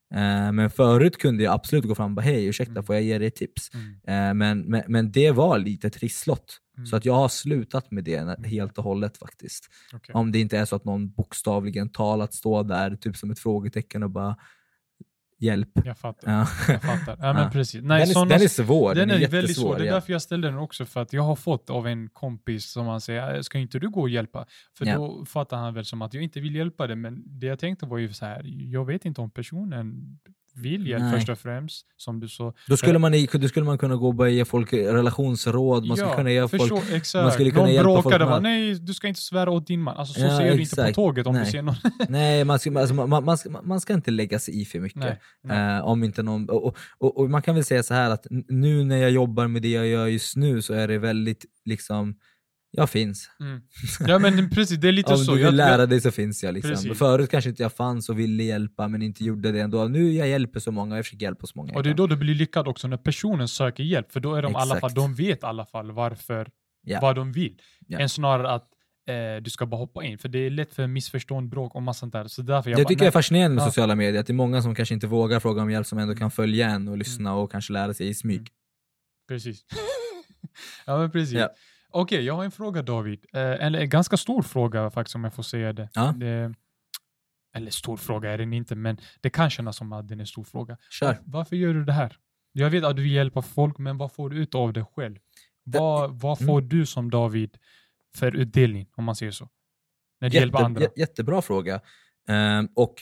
Men förut kunde jag absolut gå fram och bara, hej ursäkta mm. får jag ge dig tips mm. men, men, men det var lite trisslott mm. så att jag har slutat med det mm. helt och hållet faktiskt okay. Om det inte är så att någon bokstavligen talat står där typ som ett frågetecken och bara hjälp. Jag fattar. Ja. Jag fattar. Ja, men precis. Nej, den, är, såna, den är svår. Den, den är, är väldigt svår. Det är ja. därför jag ställde den också. För att jag har fått av en kompis som han säger, ska inte du gå och hjälpa? För ja. Då fattar han väl som att jag inte vill hjälpa det. Men det jag tänkte var ju så här, jag vet inte om personen vill hjälp först och främst. Som du så. Då skulle man, då skulle man kunna gå och börja ge folk relationsråd. Man ja, skulle kunna ge folk... Så, exakt. Man skulle kunna någon hjälpa bråkade folk. Man, nej, du ska inte svära åt din man. Alltså så ja, säger du exakt. inte på tåget om nej. du ser någon. nej, man ska, alltså, man, man, ska, man ska inte lägga sig i för mycket. Nej, nej. Uh, om inte någon, och, och, och man kan väl säga så här att nu när jag jobbar med det jag gör just nu så är det väldigt liksom jag finns. Mm. Ja men precis, det är lite om så. Om du vill jag, lära dig så finns jag liksom. Precis. Förut kanske inte jag fanns och ville hjälpa men inte gjorde det ändå. Nu jag hjälper så många, jag försöker hjälpa så många. Och det är då du blir lyckad också när personen söker hjälp. För då är de i alla fall, de vet i alla fall varför, yeah. vad de vill. Yeah. Än snarare att eh, du ska bara hoppa in. För det är lätt för missförstånd, bråk och massa sånt där. Så därför jag det bara, tycker nej. jag är fascinerande med ja. sociala medier. Att det är många som kanske inte vågar fråga om hjälp som ändå kan följa en och lyssna mm. och kanske lära sig i smyg. Mm. Precis. Ja men precis. Yeah. Okej, okay, jag har en fråga David. Eh, eller en ganska stor fråga faktiskt om jag får säga det. Ja. det. Eller stor fråga är den inte, men det kan kännas som att den är en stor fråga. Kör. Varför gör du det här? Jag vet att du hjälper folk, men vad får du ut av det själv? Det, vad, vad får mm. du som David för utdelning, om man säger så? När du Jätte, hjälper andra. J- jättebra fråga. Um, och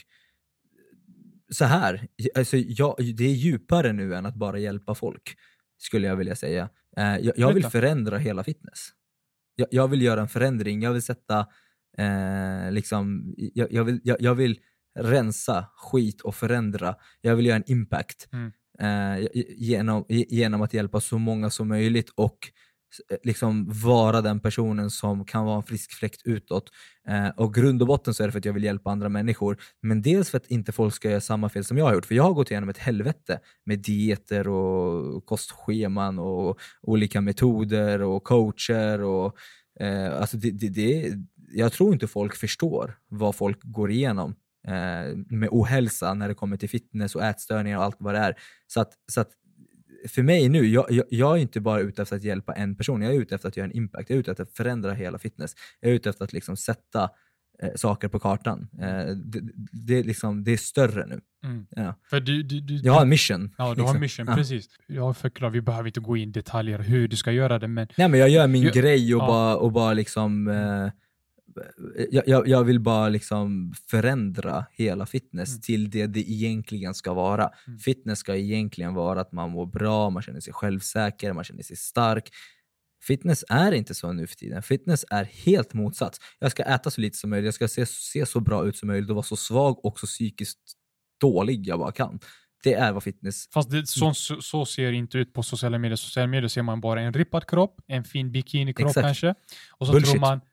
så här, alltså, jag, det är djupare nu än att bara hjälpa folk, skulle jag vilja säga. Uh, jag, jag vill förändra hela fitness. Jag, jag vill göra en förändring. Jag vill sätta uh, liksom, jag, jag, vill, jag, jag vill rensa skit och förändra. Jag vill göra en impact mm. uh, genom, genom att hjälpa så många som möjligt och liksom vara den personen som kan vara en frisk fläkt utåt. Eh, och grund och botten så är det för att jag vill hjälpa andra människor. Men dels för att inte folk ska göra samma fel som jag har gjort. För jag har gått igenom ett helvete med dieter och kostscheman och olika metoder och coacher. Och, eh, alltså det, det, det, jag tror inte folk förstår vad folk går igenom eh, med ohälsa när det kommer till fitness och ätstörningar och allt vad det är. Så att, så att för mig nu, jag, jag, jag är inte bara ute efter att hjälpa en person. Jag är ute efter att göra en impact. Jag är ute efter att förändra hela fitness. Jag är ute efter att liksom sätta eh, saker på kartan. Eh, det, det, är liksom, det är större nu. Mm. Ja. För du, du, du, jag har en mission. Ja, du liksom. har en mission, ja. Precis. Jag förklarar, vi behöver inte gå in i detaljer hur du ska göra det. Men, Nej, men jag gör min jag, grej och, ja. bara, och bara liksom... Eh, Jag, jag vill bara liksom förändra hela fitness mm. till det det egentligen ska vara. Mm. Fitness ska egentligen vara att man mår bra, man känner sig självsäker, man känner sig stark. Fitness är inte så nu för tiden. Fitness är helt motsats. Jag ska äta så lite som möjligt, jag ska se, se så bra ut som möjligt och vara så svag och så psykiskt dålig jag bara kan. Det är vad fitness... Fast det, så, så, så ser det inte ut på sociala medier. Sociala medier ser man bara en rippad kropp, en fin bikini-kropp kanske. Och så Bullshit. tror man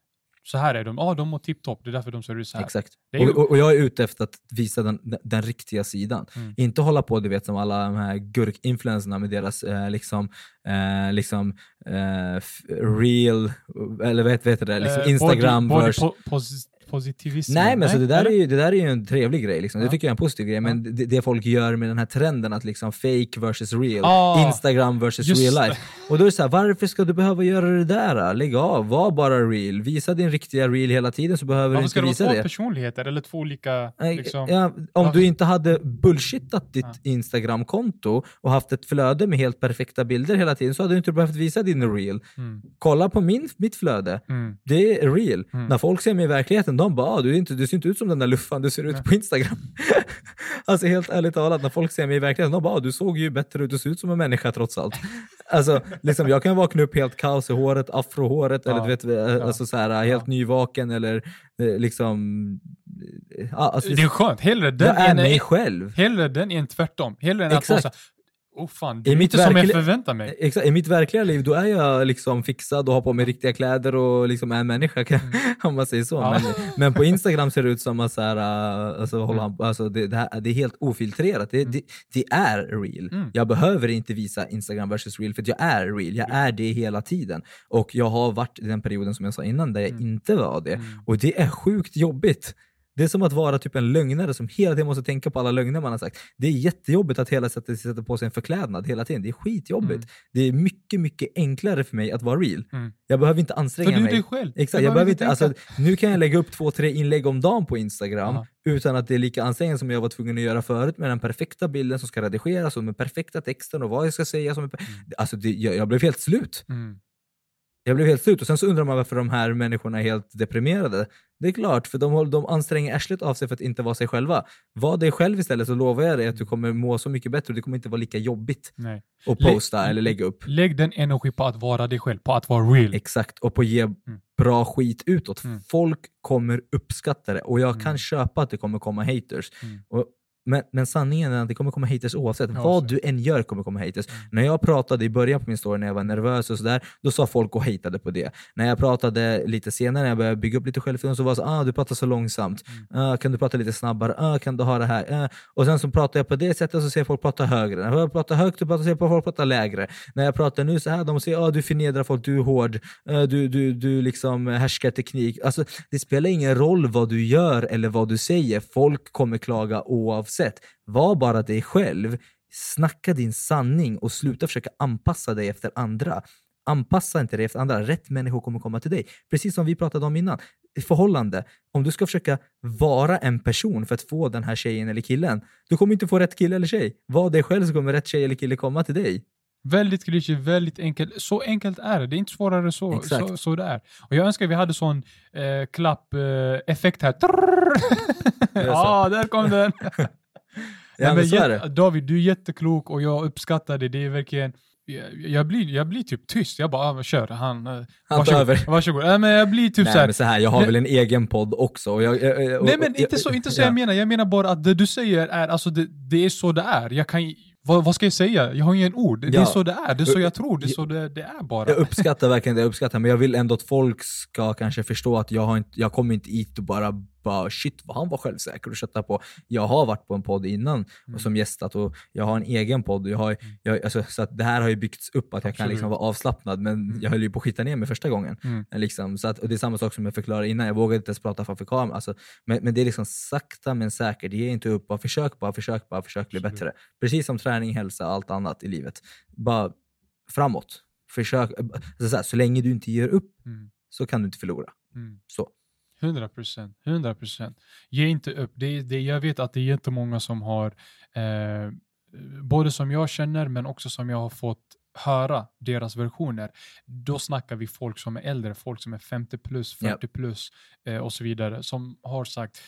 så här är de. Ja, ah, de mår tipptopp. Det är därför de ser ut så här. Exakt. Det är ju- Och, och jag är ute efter att visa den, den, den riktiga sidan. Mm. Inte hålla på, du vet, som alla de här gurk-influencerna med deras eh, liksom, eh, liksom eh, f- real, eller vet, vet det, liksom Eh, Instagram body, body versus... po- posi- positivism. Nej, men så det, där eller? är ju, det där är ju en trevlig grej. Liksom. Ja. Det tycker jag är en positiv grej. Men det, det folk gör med den här trenden att liksom fake versus real, Ah, Instagram versus just real det. life. Och då är det så här, varför ska du behöva göra det där? Lägg av, var bara real. Visa din riktiga real hela tiden så behöver Varför du ska inte det visa vara två det. personligheter eller två olika... Nej, Liksom, ja, om Ja. du inte hade bullshittat ditt Ja. Instagram-konto och haft ett flöde med helt perfekta bilder hela tiden så hade du inte behövt visa din real. mm, Kolla på min, mitt flöde. mm, Det är real. Mm. När folk ser mig i verkligheten, de bara ah, du, är inte, du ser inte ut som den där luffan du ser ut Nej. på Instagram. Alltså helt ärligt talat, när folk ser mig i verkligheten, de bara ah, du såg ju bättre ut, du ser ut som en människa trots allt. Alltså, liksom, jag kan vakna upp helt kaos i håret, afrohåret, Ja. eller du vet, Ja. alltså, så här, helt Ja. nyvaken eller eh, liksom... Ja, alltså, det är skönt. Hellre den, jag är än, mig själv. hellre den än tvärtom. Hellre än att Exakt. vara så här, oh fan, det I är mitt inte som jag verkliga- förväntar mig. Exakt, i mitt verkliga liv då är jag liksom fixad och har på mig riktiga kläder och liksom är en människa kan, om man säger så. Ja. Men, men på Instagram ser det ut som att så här, uh, alltså, hålla, Mm. alltså, det, det, här, det är helt ofiltrerat. Det, Mm. det, det är real. Mm. Jag behöver inte visa Instagram versus real för att jag är real. Jag är det hela tiden. Och jag har varit i den perioden som jag sa innan där jag Mm. inte var det. Mm. Och det är sjukt jobbigt. Det är som att vara typ en lögnare som hela tiden måste tänka på alla lögner man har sagt. Det är jättejobbigt att hela tiden sätta på sig en förklädnad hela tiden. Det är skitjobbigt. Mm. Det är mycket, mycket enklare för mig att vara real. Mm. Jag behöver inte För anstränga du är mig. dig själv. Exakt, Du jag behöver inte, tänka. alltså, nu kan jag lägga upp två, tre inlägg om dagen på Instagram Ja. utan att det är lika ansträngande som jag var tvungen att göra förut med den perfekta bilden som ska redigeras och med perfekta texten och vad jag ska säga. Som är, per- alltså det, jag, jag blev helt slut. Mm. Jag blev helt slut och sen så undrar man varför de här människorna är helt deprimerade. Det är klart, för de, håller- de anstränger arslet av sig för att inte vara sig själva. Var dig själv istället så lovar jag dig att du kommer må så mycket bättre och det kommer inte vara lika jobbigt Nej. att Lä- posta eller lägga upp. Lägg den energi på att vara dig själv, på att vara real. Exakt, och på att ge bra skit utåt. Mm. Folk kommer uppskatta det och jag Mm. kan köpa att det kommer komma haters. Mm. Och, men, men sanningen är att det kommer komma haters oavsett. Ja, Vad så. du än gör kommer komma haters. Mm. När jag pratade i början på min story när jag var nervös och sådär, då sa folk och hatade på det. När jag pratade lite senare, när jag började bygga upp lite självförtroende, så var det så ah, du pratar så långsamt. Mm. Ah, kan du prata lite snabbare? Ah, kan du ha det här? Ah. Och sen så pratar jag på det sättet och så ser folk prata högre. När jag pratar högt, då pratar jag på folk prata lägre. När jag pratar nu så här, de säger ah, du förnedrar folk, du är hård, ah, du, du, du liksom härskar teknik. Alltså, det spelar ingen roll vad du gör eller vad du säger. Folk kommer klaga oavsett. Var bara dig själv, snacka din sanning och sluta försöka anpassa dig efter andra. Anpassa inte dig efter andra. Rätt människor kommer komma till dig. Precis som vi pratade om innan. I förhållande, om du ska försöka vara en person för att få den här tjejen eller killen, du kommer inte få rätt kille eller tjej. Var dig själv så kommer rätt tjej eller kille komma till dig. Väldigt klyschigt, väldigt enkelt. Så enkelt är det. Det är inte svårare så, Exakt. så, så det är. Och jag önskar vi hade sån eh, klapp-effekt här. Ja, där kom den. Ja, Nej, men så är jätte- det. David, du är jätteklok och jag uppskattar det. Det är verkligen... Jag, jag, blir, jag blir typ tyst. Jag bara, ah, kör. Han, eh, Han varsågod. tar över. Varsågod. Nej, men jag blir typ Nej, så här. men så här, jag har Nej. väl en egen podd också. Och jag, jag, och, Nej, men och- inte så, inte så ja. jag menar. Jag menar bara att det du säger är, alltså det, det är så det är. Jag kan, vad, vad ska jag säga? Jag har ingen ord. Det Ja. är så det är. Det är så jag tror. Det är så det, det är bara. Jag uppskattar verkligen det, jag uppskattar, men jag vill ändå att folk ska kanske förstå att jag, har inte, jag kommer inte hit och bara, bara shit vad han var självsäker och kötta på. Jag har varit på en podd innan Mm. och som gästat och jag har en egen podd. Och jag har, jag, alltså, så att det här har ju byggts upp att jag kan Absolut. liksom vara avslappnad, men Mm. jag höll ju på att skita ner mig första gången. Mm. Liksom, så att, och det är samma sak som jag förklarade innan, jag vågade inte ens prata framför kameran. Alltså, men, men det är liksom sakta men säkert, ge inte upp, bara försök, bara försök, bara försök bli Absolut. bättre. Precis som träning, hälsa, allt annat i livet. Bara framåt. Försök, alltså, så, här, så länge du inte ger upp Mm. så kan du inte förlora. Mm. Så. hundra procent. hundra procent. Ge inte upp. Det, det, jag vet att det är jättemånga som har, eh, både som jag känner men också som jag har fått höra deras versioner. Då snackar vi folk som är äldre, folk som är femtio plus, fyrtio Yep. plus eh, och så vidare, som har sagt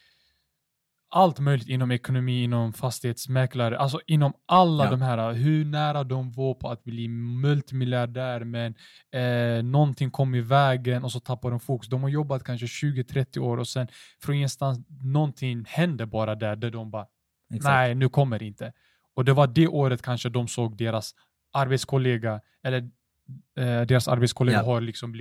allt möjligt inom ekonomi, inom fastighetsmäklare, alltså inom alla Ja. de här, hur nära de var på att bli multimiljardär, men eh, någonting kom i vägen och så tappar de fokus. De har jobbat kanske tjugo trettio år och sen från ingenstans någonting hände bara där, där de bara, Exakt. nej, nu kommer det inte. Och det var det året kanske de såg deras arbetskollega, eller eh, deras arbetskollega Ja. har liksom blivit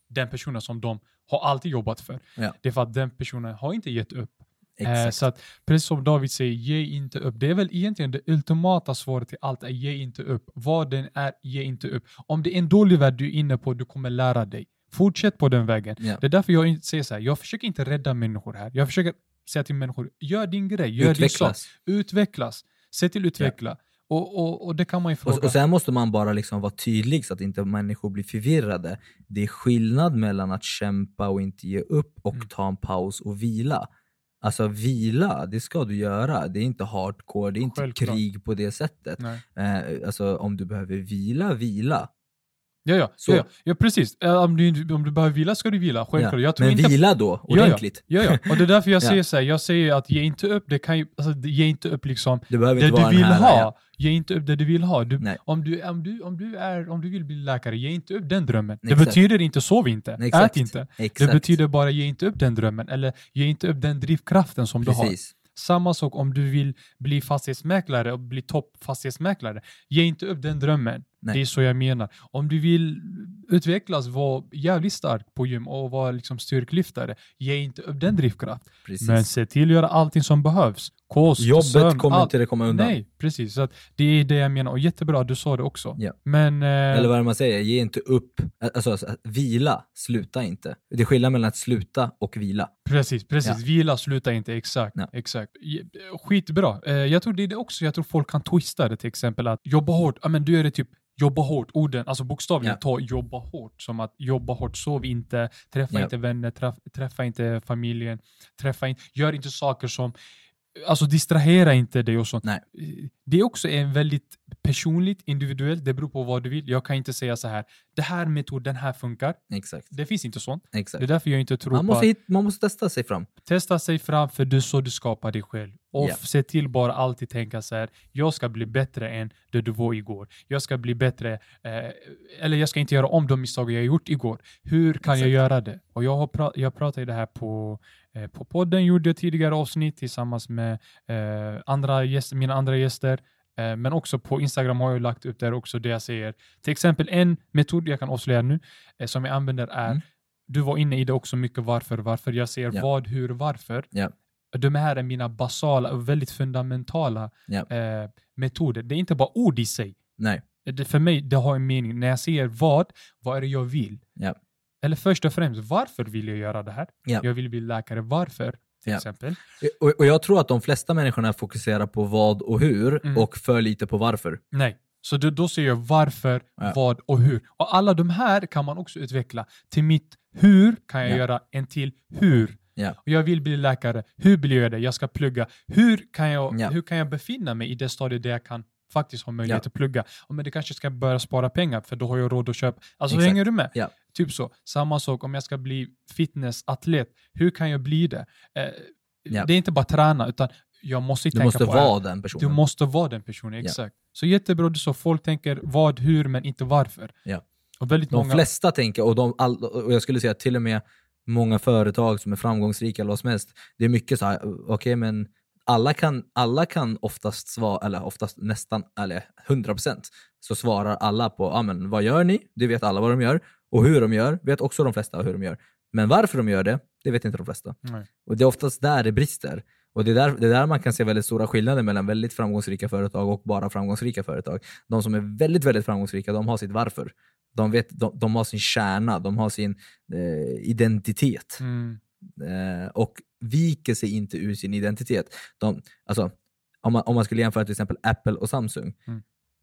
den personen som de har alltid jobbat för. Ja. Det är för att den personen har inte gett upp. Exakt. Eh, så att, precis som David säger, ge inte upp. Det är väl egentligen det ultimata svaret till allt är ge inte upp. Vad den är, ge inte upp. Om det är en dålig värld du är inne på, du kommer lära dig. Fortsätt på den vägen. Ja. Det är därför jag säger så här, jag försöker inte rädda människor här. Jag försöker säga till människor, gör din grej, gör Utvecklas. din sak. Utvecklas. Se till utveckla. Ja. Och, och, och det kan man ju fråga. Och, och sen måste man bara liksom vara tydlig så att inte människor blir förvirrade. Det är skillnad mellan att kämpa och inte ge upp och mm. ta en paus och vila. Alltså vila, det ska du göra. Det är inte hardcore, det är inte Självklart. krig på det sättet. Eh, alltså om du behöver vila, vila. Ja, ja, ja, ja, precis. Om du, om du behöver vila ska du vila. Självklart. Ja. Jag tror Men inte... vila då, ordentligt. Ja, ja. ja, ja. Och det är därför jag säger så här, jag säger att ge inte upp, det kan ju, alltså, ge inte upp liksom det, behöver det inte du vill här, ha. Ja. Ge inte upp det du vill ha. Du, om, du, om, du, om, du är, om du vill bli läkare, ge inte upp den drömmen. Exakt. Det betyder inte sov inte, Exakt. ät inte. Exakt. Det betyder bara ge inte upp den drömmen. Eller ge inte upp den drivkraften som Precis. du har. Samma sak om du vill bli fastighetsmäklare och bli toppfastighetsmäklare. Ge inte upp den drömmen. Nej. Det är så jag menar. Om du vill utvecklas, vara jävligt stark på gym och vara liksom styrklyftare, ge inte upp den drivkraft. Precis. Men se till att göra allting som behövs. Kost, Jobbet sömn, kommer allt. inte det komma undan. Nej, precis. Så att det är det jag menar. Och jättebra, du sa det också. Ja. Men, eh... Eller vad man säger, ge inte upp. Alltså, alltså vila, sluta inte. Det är skillnad mellan att sluta och vila. Precis, precis. Ja. Vila, sluta inte. Exakt. Ja. Exakt. Skitbra. Eh, jag tror det är det också. Jag tror folk kan twista det till exempel. Att jobba hårt. Ja, men du är det typ jobba hårt, orden, alltså bokstavligen ja. ta jobba hårt, som att jobba hårt, sov inte, träffa ja. inte vänner, träff, träffa inte familjen, träffa inte, gör inte saker som, alltså distrahera inte dig och sånt. Nej. Det är också en väldigt personligt, individuellt, det beror på vad du vill. Jag kan inte säga så här, det här metoden, den här funkar. Exakt. Det finns inte sånt. Exakt. Det är därför jag inte tror man måste, på hit, man måste testa sig fram. Testa sig fram, för det är så du skapar dig själv. Och yeah. se till bara alltid tänka så här, jag ska bli bättre än det du var igår. Jag ska bli bättre, eh, eller jag ska inte göra om de misstag jag gjort igår. Hur kan Exakt. jag göra det? Och jag, har pra- jag pratade det här på, eh, på podden, gjorde jag tidigare avsnitt tillsammans med eh, andra gäster, mina andra gäster. Eh, men också på Instagram har jag lagt upp där också det jag säger. Till exempel en metod jag kan avslöja nu eh, som jag använder är, mm. du var inne i det också mycket varför, varför. Jag säger yeah. vad, hur, varför. Yeah. De här är mina basala och väldigt fundamentala yeah. eh, metoder. Det är inte bara ord i sig. Nej. Det, för mig, det har en mening. När jag säger vad, vad är det jag vill? Yeah. Eller först och främst, varför vill jag göra det här? Yeah. Jag vill bli läkare. Varför? Till yeah. exempel. Och, och jag tror att de flesta människorna fokuserar på vad och hur mm. och för lite på varför. Nej. Så då, då säger jag varför, ja. vad och hur. Och alla de här kan man också utveckla. Till mitt hur kan jag ja. göra en till hur. Ja. Och jag vill bli läkare. Hur blir jag det? Jag ska plugga. Hur kan jag, ja. hur kan jag befinna mig i det stadiet där jag kan faktiskt ha möjlighet ja. att plugga? Och men det kanske ska börja spara pengar, för då har jag råd att köpa. Alltså Exakt. hänger du med? Ja. Typ så. Samma sak om jag ska bli fitnessatlet. Hur kan jag bli det? Eh, ja. Det är inte bara träna, utan jag måste du tänka måste på vara det. den personen. Du måste vara den personen, exakt. Ja. Så jättebra du så folk tänker vad, hur, men inte varför. Ja. Och väldigt de många... flesta tänker, och, de, all, och jag skulle säga till och med många företag som är framgångsrika eller vad som helst, det är mycket så här, okej okay, men alla kan, alla kan oftast svara, eller oftast nästan, eller hundra procent så svarar alla på, ja men vad gör ni? Det vet alla vad de gör. Och hur de gör, vet också de flesta hur de gör. Men varför de gör det, det vet inte de flesta. Nej. Och det är oftast där det brister. Och det är där, det är där man kan se väldigt stora skillnader mellan väldigt framgångsrika företag och bara framgångsrika företag. De som är väldigt, väldigt framgångsrika, de har sitt varför. De, vet, de, de har sin kärna, de har sin eh, identitet. Mm. Eh, och viker sig inte ur sin identitet. De, alltså, om, man, om man skulle jämföra till exempel Apple och Samsung. Mm.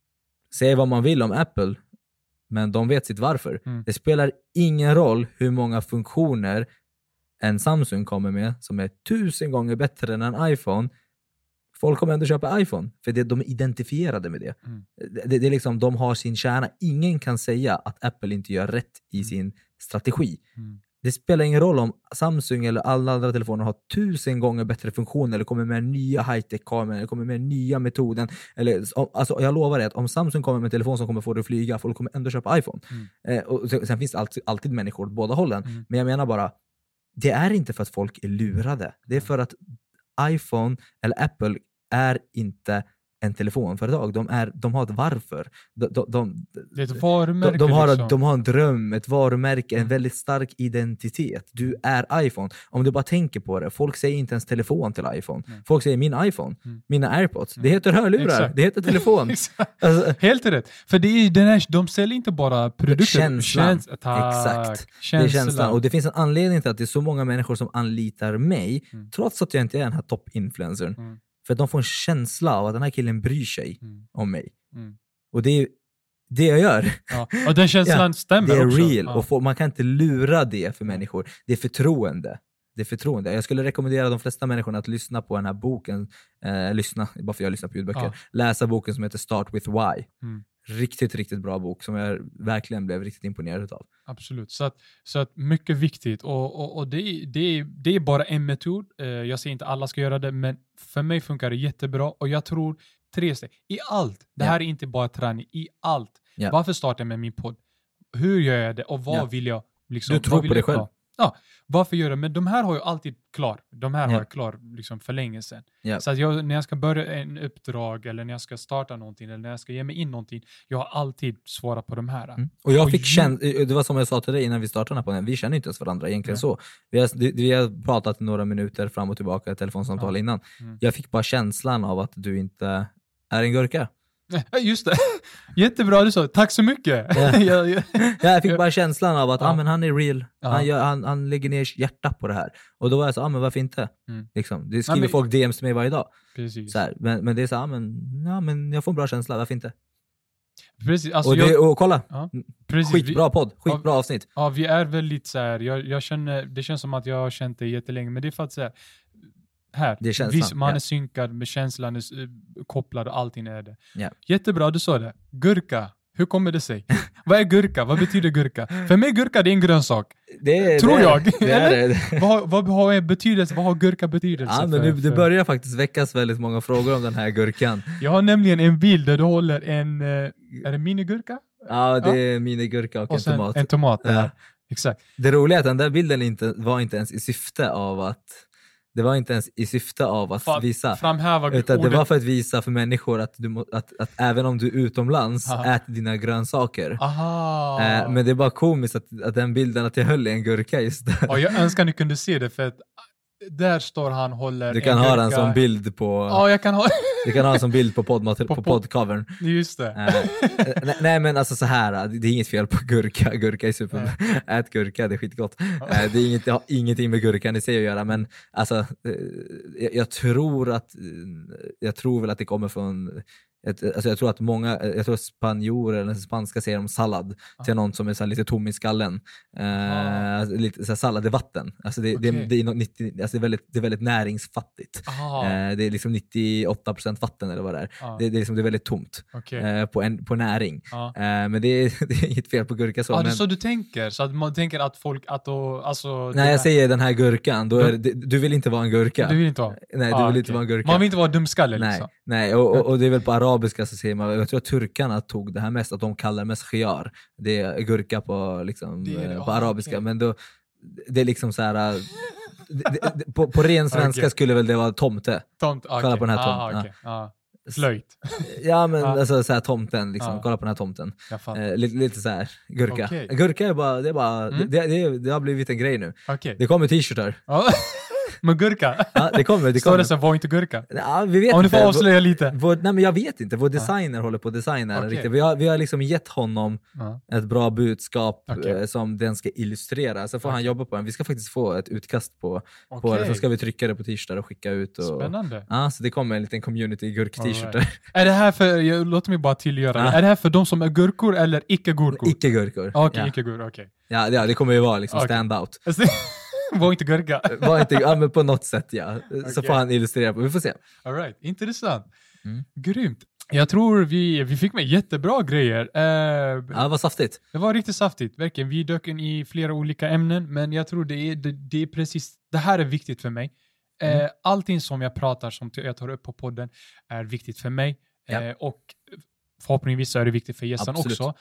Säg vad man vill om Apple, men de vet sitt varför. Mm. Det spelar ingen roll hur många funktioner en Samsung kommer med som är tusen gånger bättre än en iPhone. Folk kommer ändå köpa iPhone för det, de är identifierade med det. Mm. Det, det är liksom, de har sin kärna. Ingen kan säga att Apple inte gör rätt i mm. sin strategi. Mm. Det spelar ingen roll om Samsung eller alla andra telefoner har tusen gånger bättre funktioner eller kommer med nya high-tech-kameror eller kommer med nya metoden. Eller, alltså, jag lovar dig att om Samsung kommer med en telefon som kommer få dig att flyga, folk kommer ändå köpa iPhone. Mm. Eh, och sen, sen finns det alltid, alltid människor åt båda hållen. Mm. Men jag menar bara, det är inte för att folk är lurade. Det är för att iPhone eller Apple är inte en telefonföretag. De, är, de har ett varför. De, de, de, det är ett varumärke. De, de, har, liksom. de har en dröm, ett varumärke, en väldigt stark identitet. Du är iPhone. Om du bara tänker på det. Folk säger inte ens telefon till iPhone. Mm. Folk säger min iPhone, mm. mina AirPods. Det heter hörlurar, Exakt. Det heter telefon. Alltså, helt rätt. För det är den här, de säljer inte bara produkter. Känslan. Käns- Exakt. Känslan. Det är känslan. Och det finns en anledning till att det är så många människor som anlitar mig, mm. trots att jag inte är den här topp-influencern. Mm. För att de får en känsla av att den här killen bryr sig mm. om mig. Mm. Och det är det jag gör. Ja. Och den känslan ja, stämmer också. Det är också. real. Ja. Och få, man kan inte lura det för människor. Det är förtroende. Det är förtroende. Jag skulle rekommendera de flesta människorna att lyssna på den här boken. Eh, lyssna, bara för jag lyssnar på ljudböcker. Ja. Läsa boken som heter Start with Why. Mm. Riktigt, riktigt bra bok som jag verkligen blev riktigt imponerad av. Absolut. Så att, så att mycket viktigt. Och, och, och det, det, det är bara en metod. Eh, jag säger inte alla ska göra det, men för mig funkar det jättebra. Och jag tror tre steg. I allt. Det här ja. är inte bara träning. I allt. Ja. Varför startar jag med min podd? Hur gör jag det? Och vad ja. vill jag? Liksom, du tror på dig själv. Ja, varför gör det? Men de här har jag alltid klar. De här ja. har jag klar liksom för länge sedan. Ja. Så att jag, när jag ska börja en uppdrag eller när jag ska starta någonting eller när jag ska ge mig in någonting, jag har alltid svarat på de här. Mm. Och jag fick och känna, det var som jag sa till dig innan vi startade här på den, vi känner inte ens varandra egentligen ja. så. Vi har, vi har pratat några minuter fram och tillbaka i telefonsamtal ja. innan. Mm. Jag fick bara känslan av att du inte är en gurka. Just det. Jättebra du sa. Tack så mycket. Ja. jag, jag, jag fick bara känslan av att ja. ah, men han är real. Ja. Han, gör, han, han lägger ner hjärta på det här. Och då var jag så, ah, men varför inte? Mm. Liksom. Det skriver ja, men, folk D Ms till mig varje dag. Precis. Så här, men, men det är så, ah, men, ja, men jag får en bra känsla, varför inte? Precis. Alltså och, det, jag, och kolla, ja. skitbra podd, skitbra ja, avsnitt. Ja, vi är väldigt så här, jag, jag känner, det känns som att jag har känt det jättelänge, men det är för att så här, här. Det är känslan, Vis, man ja. är synkad med känslan, är uh, kopplad och allting är det. Ja. Jättebra, du sa det. Gurka, hur kommer det sig? Vad är gurka? Vad betyder gurka? För mig gurka det är en grönsak. Det, Tror det, jag. Det är det. vad, vad har betydelse? Vad har gurka betydelse? Ja, men för, nu, det börjar faktiskt väckas väldigt många frågor om den här gurkan. Jag har nämligen en bild där du håller en, är det minigurka? Ja, det är ja. minigurka och, och en tomat. En tomat, ja. Ja. Exakt. Det roliga är att den där bilden inte, var inte ens i syfte av att Det var inte ens i syfte av att Fan, visa. Framhäva utan ordet. det var för att visa för människor att, du må, att, att även om du är utomlands, Aha. ät dina grönsaker. Aha. Eh, men det är bara komiskt att, att den bilden att jag höll i en gurka just där. Ja, jag önskar ni kunde se det för att där står han håller Du kan en ha gurka. den som bild på Ja, jag kan ha Du kan ha den som bild på, poddmat- på, på pod- poddcovern. Just det. Eh, nej, nej men alltså så här, det är inget fel på gurka. Gurka är super. Ja. Ät gurka, det är skitgott. Eh, det, är inget, det har ingenting med gurkan i sig att göra, men alltså eh, jag, jag tror att jag tror väl att det kommer från ett, alltså jag tror att många, jag tror spanjorer eller spanska säger om sallad ah. till någon som är så lite tom i skallen. Eh, ah. lite så här, sallad i vatten. Alltså det, okay. det, det, är nittio, alltså det, är väldigt, det är väldigt näringsfattigt. Ah. Eh, det är liksom nittioåtta procent vatten eller vad det är. Ah. Det, det, är liksom, det är väldigt tomt okay. eh, på, en, på näring. Ah. Eh, men det är, det är inget fel på gurka. Så, ah, men... det är så du tänker? Så att man tänker att folk... Att då, alltså, Nej, jag säger den här gurkan. Då är det, du vill inte vara en gurka. Du vill inte vara? Nej, du ah, vill okay. inte vara en gurka. Man vill inte vara dumskalle nej, liksom. Nej, och, och, och det är väl på arabiska så säger man, jag tror att turkarna tog det här mest, att de kallar det mest khiyar. Det är gurka på, liksom, det det. på oh, arabiska, okay. men då, det är liksom så här... det, det, på, på ren svenska okay. skulle väl det vara tomte. Tomt, okay. Kolla på den här ah, tomten. Okay. Ah. Slöjt. Ja, men ah. alltså så här, tomten liksom. Ah. Kolla på den här tomten. Eh, lite, lite så här gurka. Okay. Gurka är bara, det är bara mm. det, det, det har blivit en grej nu. Okay. Det kommer t-shirtar. Ah. Med gurka? Ja, det kommer. Det står kommer. det så, var inte gurka? Ja, vi vet Om inte. du får avslöja lite. Vår, nej, men jag vet inte. Vår designer ja. håller på att designa okay. riktigt. Vi har, vi har liksom gett honom ja. ett bra budskap okay. eh, som den ska illustrera. Så får okay. han jobba på den. Vi ska faktiskt få ett utkast på, okay. på det. Så ska vi trycka det på t-shirt och skicka ut. Och, Spännande. Ja, så det kommer en liten community gurk-t-shirtar. Right. Är det här för, jag, låt mig bara tillgöra ja. det. Är det här för de som är gurkor eller icke-gurkor? Icke-gurkor. Okej, okay, ja. icke-gurkor, okej. Okay. Ja, ja, det kommer ju vara liksom okay. stand out. Var inte gurka. Var inte, ja, men på något sätt, ja. Okay. Så får han illustrera på. Vi får se. All right, intressant. Mm. Grymt. Jag tror vi, vi fick med jättebra grejer. Uh, ja, det var saftigt. Det var riktigt saftigt, verkligen. Vi dök in i flera olika ämnen, men jag tror det är, det, det är precis, det här är viktigt för mig. Mm. Uh, allting som jag pratar, som jag tar upp på podden, är viktigt för mig. Ja. Uh, och förhoppningsvis så är det viktigt för gästen Absolut. också.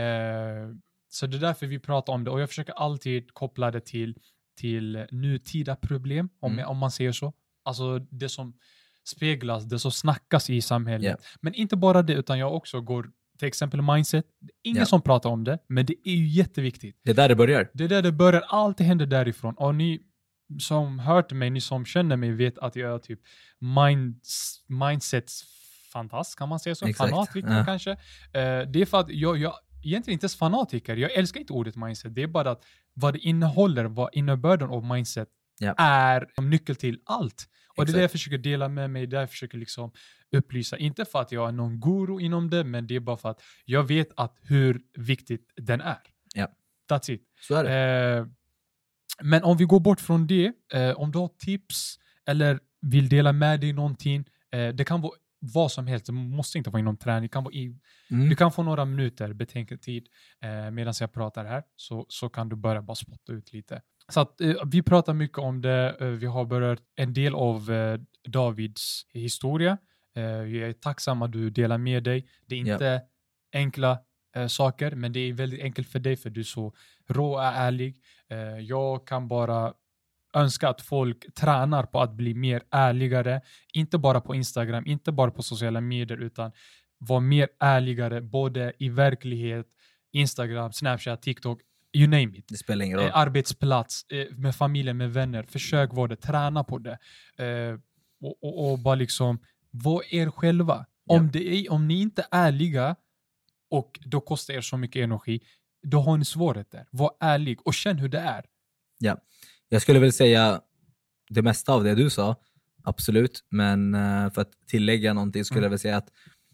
Uh, så det är därför vi pratar om det. Och jag försöker alltid koppla det till till nutida problem, om, mm. om man säger så. Alltså det som, speglas, det som snackas i samhället. Yeah. Men inte bara det, utan jag också går till exempel mindset. Ingen Yeah. som pratar om det, men det är ju jätteviktigt. Det är där det börjar. Det är där det börjar, allt händer därifrån. Och ni som hört mig, ni som känner mig vet att jag är typ minds, mindsets fantast, kan man säga så? Exakt. Fanatiker Ja. kanske. Uh, det är för att jag, jag egentligen inte ens fanatiker. Jag älskar inte ordet mindset. Det är bara att vad det innehåller, vad innebörden av mindset Ja. är en nyckel till allt. Och det är Exakt. det jag försöker dela med mig, det jag försöker liksom upplysa. Inte för att jag är någon guru inom det, men det är bara för att jag vet att hur viktigt den är. Ja. That's it. Så är det. Eh, men om vi går bort från det, eh, om du har tips eller vill dela med dig någonting, eh, det kan vara vad som helst, det måste inte vara inom träning, det kan vara i, Mm. du kan få några minuter betänketid eh, medan jag pratar här, så, så kan du börja bara spotta ut lite. Så att, eh, vi pratar mycket om det, eh, vi har berört en del av eh, Davids historia. Eh, jag är tacksam att du delar med dig. Det är inte Ja. enkla eh, saker, men det är väldigt enkelt för dig för du är så rå och ärlig. Eh, jag kan bara önska att folk tränar på att bli mer ärligare, inte bara på Instagram, inte bara på sociala medier, utan vara mer ärligare både i verklighet, Instagram, Snapchat, TikTok, you name it. Det spelar ingen roll. Eh, arbetsplats, eh, med familjen, med vänner. Försök vara det, träna på det. Eh, och, och, och bara liksom, var er själva. Ja. Om, det är, om ni inte är ärliga och då kostar er så mycket energi, då har ni svårigheter. Var ärlig och känn hur det är. Ja. Jag skulle väl säga det mesta av det du sa, absolut. Men uh, för att tillägga någonting skulle Mm. jag väl säga att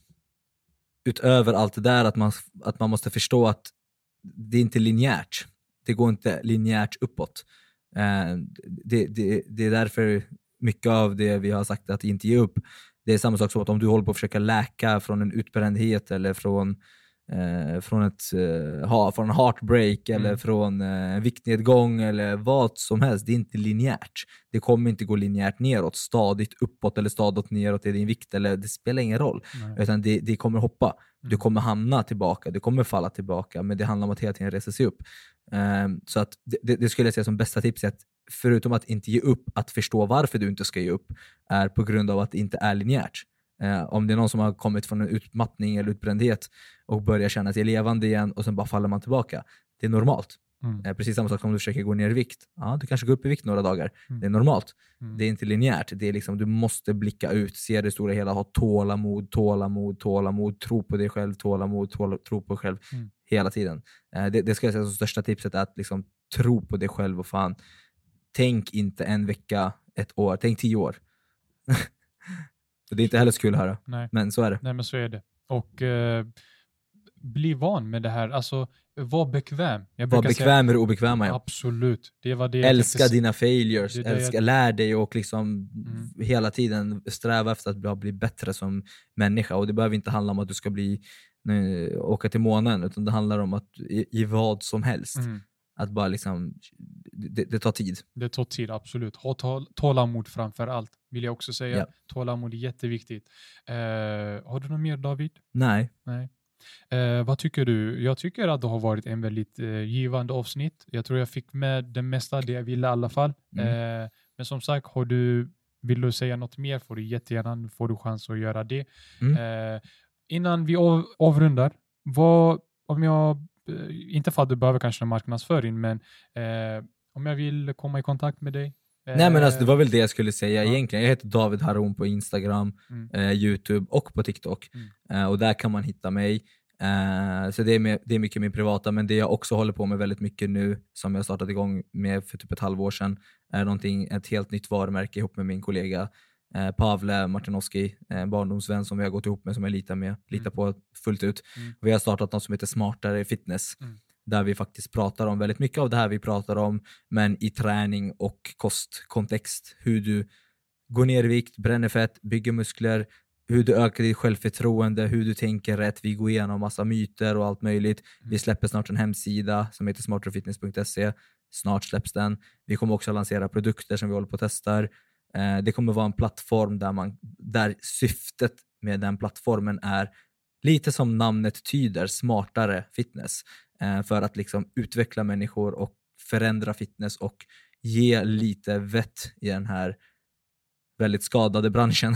utöver allt det där att man, att man måste förstå att det är inte linjärt. Det går inte linjärt uppåt. Uh, det, det, det är därför mycket av det vi har sagt att inte ge upp. Det är samma sak som att om du håller på att försöka läka från en utbrändhet eller från Eh, från ett eh, ha, från en heartbreak eller Mm. från eh, viktnedgång eller vad som helst. Det är inte linjärt. Det kommer inte gå linjärt neråt, stadigt uppåt eller stadigt neråt i din vikt, eller det spelar ingen roll. Nej. Utan det, det kommer hoppa. Du Mm. kommer hamna tillbaka, du kommer falla tillbaka, men det handlar om att hela tiden resa sig upp. Eh, så att det, det skulle jag säga som bästa tips är att förutom att inte ge upp, att förstå varför du inte ska ge upp är på grund av att det inte är linjärt. Eh, om det är någon som har kommit från en utmattning eller utbrändhet och börjar känna sig levande igen och sen bara faller man tillbaka. Det är normalt. Mm. Eh, precis samma sak som om du försöker gå ner i vikt. Ja, du kanske går upp i vikt några dagar. Mm. Det är normalt. Mm. Det är inte linjärt. Det är liksom, du måste blicka ut, se det stora hela, ha tålamod, tålamod, tålamod, tro på dig själv, tålamod, tål, tro på dig själv Mm. hela tiden. Eh, det, det ska jag säga som största tipset är att liksom tro på dig själv och fan. Tänk inte en vecka, ett år, tänk tio år. Det är inte heller så kul att höra, Nej. men så är det. Nej, men så är det. Och eh, bli van med det här. Alltså, var bekväm. Jag Var brukar bekväm med det obekväma. säga, Ja. absolut. Det var det jag Älska tänkte- dina failures, det är det älska, jag- lär dig och liksom Mm. hela tiden sträva efter att bli, bli bättre som människa. Och det behöver inte handla om att du ska bli nu, åka till månen, utan det handlar om att i, i vad som helst. Mm. Att bara liksom, det, det tar tid. Det tar tid, absolut. Ha tål- tålamod framför allt, vill jag också säga. Ja. Tålamod är jätteviktigt. Eh, har du något mer, David? Nej, Nej. Eh, vad tycker du? Jag tycker att det har varit en väldigt eh, givande avsnitt. Jag tror jag fick med det mesta, det jag ville i alla fall. Mm. Eh, men som sagt, har du, vill du säga något mer får du jättegärna får du chans att göra det. Mm. Eh, innan vi av, avrundar, vad, om jag, eh, inte för att du behöver kanske en marknadsföring, men eh, om jag vill komma i kontakt med dig. Eh, Nej men alltså det var väl det jag skulle säga ja. egentligen. Jag heter David Haroun på Instagram, Mm. eh, YouTube och på TikTok. Mm. Eh, och där kan man hitta mig. Eh, så det är, med, det är mycket min privata, men det jag också håller på med väldigt mycket nu, som jag startat igång med för typ ett halvår sedan, är någonting, ett helt nytt varumärke ihop med min kollega eh, Pavle Martinovski, en barndomsvän som vi har gått ihop med, som jag litar med, litar Mm. på fullt ut. Mm. Vi har startat något som heter Smartare Fitness, Mm. där vi faktiskt pratar om väldigt mycket av det här vi pratar om, men i träning och kostkontext. Hur du går ner i vikt, bränner fett, bygger muskler, hur du ökar ditt självförtroende, hur du tänker rätt. Vi går igenom massa myter och allt möjligt. Mm. Vi släpper snart en hemsida som heter smarterfitness punkt se. Snart släpps den. Vi kommer också lansera produkter som vi håller på att testar. Eh, det kommer vara en plattform där, man, där syftet med den plattformen är lite som namnet tyder, smartare fitness. Eh, för att liksom utveckla människor och förändra fitness och ge lite vett i den här väldigt skadade branschen.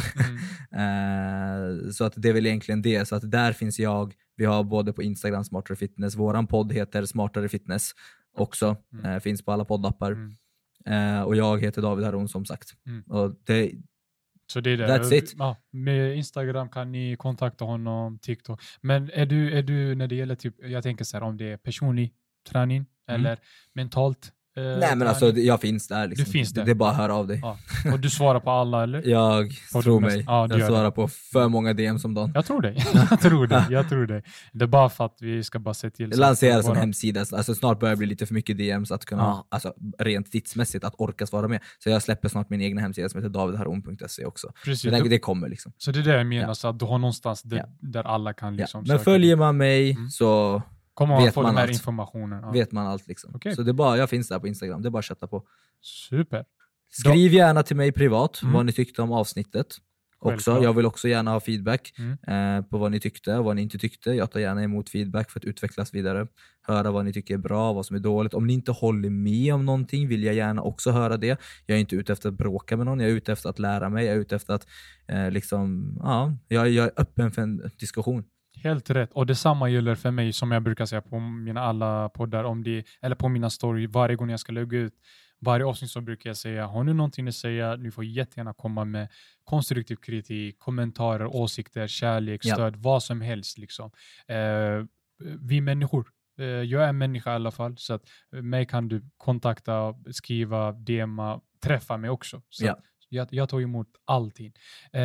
Mm. eh, så att det är väl egentligen det. Så att där finns jag. Vi har både på Instagram Smartare Fitness. Våran podd heter Smartare Fitness också. Mm. Eh, finns på alla poddappar. Mm. Eh, och jag heter David Haron som sagt. Mm. Och det, Så det är det. That's it. Ja, med Instagram kan ni kontakta honom, TikTok. Men är du, är du när det gäller typ, jag tänker så här, om det är personlig träning Mm. eller mentalt eh, nej men träning. alltså jag finns där. Liksom. Du finns där. Det är bara att höra av dig. Ja. Och du svarar på alla eller? Jag På tror de mig. mest- ja, du jag gör svarar det. på för många D M som dagen. Jag tror dig. jag tror dig. Jag tror dig. Det är bara för att vi ska bara se till. så att Lansera som våra- hemsida. Alltså snart börjar det bli lite för mycket D Ms att kunna, Ja. alltså rent tidsmässigt att orka svara med. Så jag släpper snart min egna hemsida som heter david haron punkt se också. Precis. Men det, det kommer liksom. Så det är det jag menar, Ja. så att du har någonstans där, Ja. där alla kan Ja. liksom Men söka. följer man mig Mm. så Kommer man vet få man den här allt. informationen. Ja. vet man allt liksom. Okej. Så det är bara, jag finns där på Instagram. Det är bara att chatta på. Super. Skriv gärna till mig privat Mm. vad ni tyckte om avsnittet. Också. Självklart. Jag vill också gärna ha feedback Mm. eh, på vad ni tyckte och vad ni inte tyckte. Jag tar gärna emot feedback för att utvecklas vidare. Höra vad ni tycker är bra, vad som är dåligt. Om ni inte håller med om någonting vill jag gärna också höra det. Jag är inte ute efter att bråka med någon. Jag är ute efter att lära mig. Jag är ute efter att eh, liksom, ja, jag, jag är öppen för en diskussion. Helt rätt. Och detsamma gäller för mig som jag brukar säga på mina alla poddar om det, eller på mina story varje gång jag ska lägga ut varje avsnitt, så brukar jag säga, har ni någonting att säga, ni får jättegärna komma med konstruktiv kritik, kommentarer, åsikter, kärlek, Ja. stöd, vad som helst liksom. Eh, vi människor. Eh, jag är en människa i alla fall, så att eh, mig kan du kontakta, skriva, D Ma, träffa mig också. Så Ja. att jag, jag tar emot allting.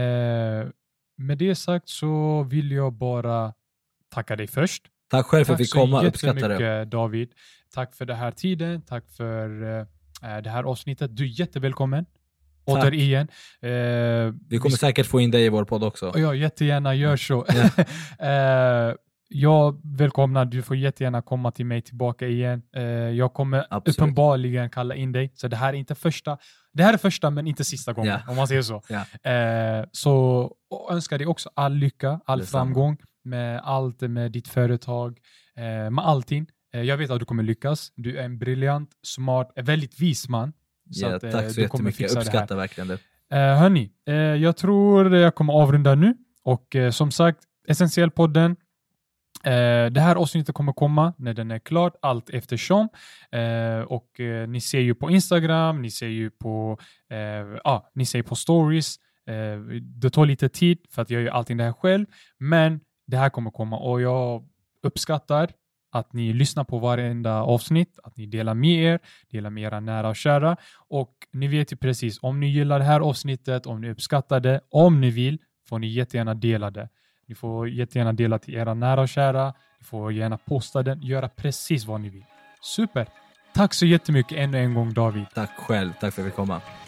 Eh, med det sagt så vill jag bara tacka dig först. Tack själv för att Tack vi fick komma. så Uppskattar det. jättemycket David. Tack för den här tiden. Tack för uh, det här avsnittet. Du är jättevälkommen. Tack. Återigen. Uh, Vi kommer säkert få in dig i vår podd också. Ja, jättegärna gör så. Ja. uh, jag välkomnar, du får jättegärna komma till mig tillbaka igen. Uh, jag kommer Absolut. uppenbarligen kalla in dig. Så det här är inte första, det här är första men inte sista gången, Ja. om man säger så. Ja. Uh, så och önskar dig också all lycka, all Detsamma. framgång med allt, med ditt företag, uh, med allting. Uh, jag vet att du kommer lyckas. Du är en briljant, smart, väldigt vis man. Så Ja, att, uh, tack så du kommer jättemycket. fixa Jag det här. uppskattar verkligen det. Uh, hörni, uh, jag tror jag kommer avrunda nu. Och uh, som sagt, Essentiell-podden. Uh, det här avsnittet kommer komma när den är klar, allt eftersom. Uh, och uh, ni ser ju på Instagram, ni ser ju på, uh, ah, ni ser på stories. Uh, det tar lite tid för att jag gör allting det här själv. Men det här kommer komma och jag uppskattar att ni lyssnar på varenda avsnitt, att ni delar med er, delar med era nära och kära. Och ni vet ju precis, om ni gillar det här avsnittet, om ni uppskattar det, om ni vill, får ni jättegärna dela det. Ni får jättegärna dela till era nära och kära, ni får gärna posta den, göra precis vad ni vill. Super! Tack så jättemycket ännu en gång David. Tack själv. Tack för att vi fick komma.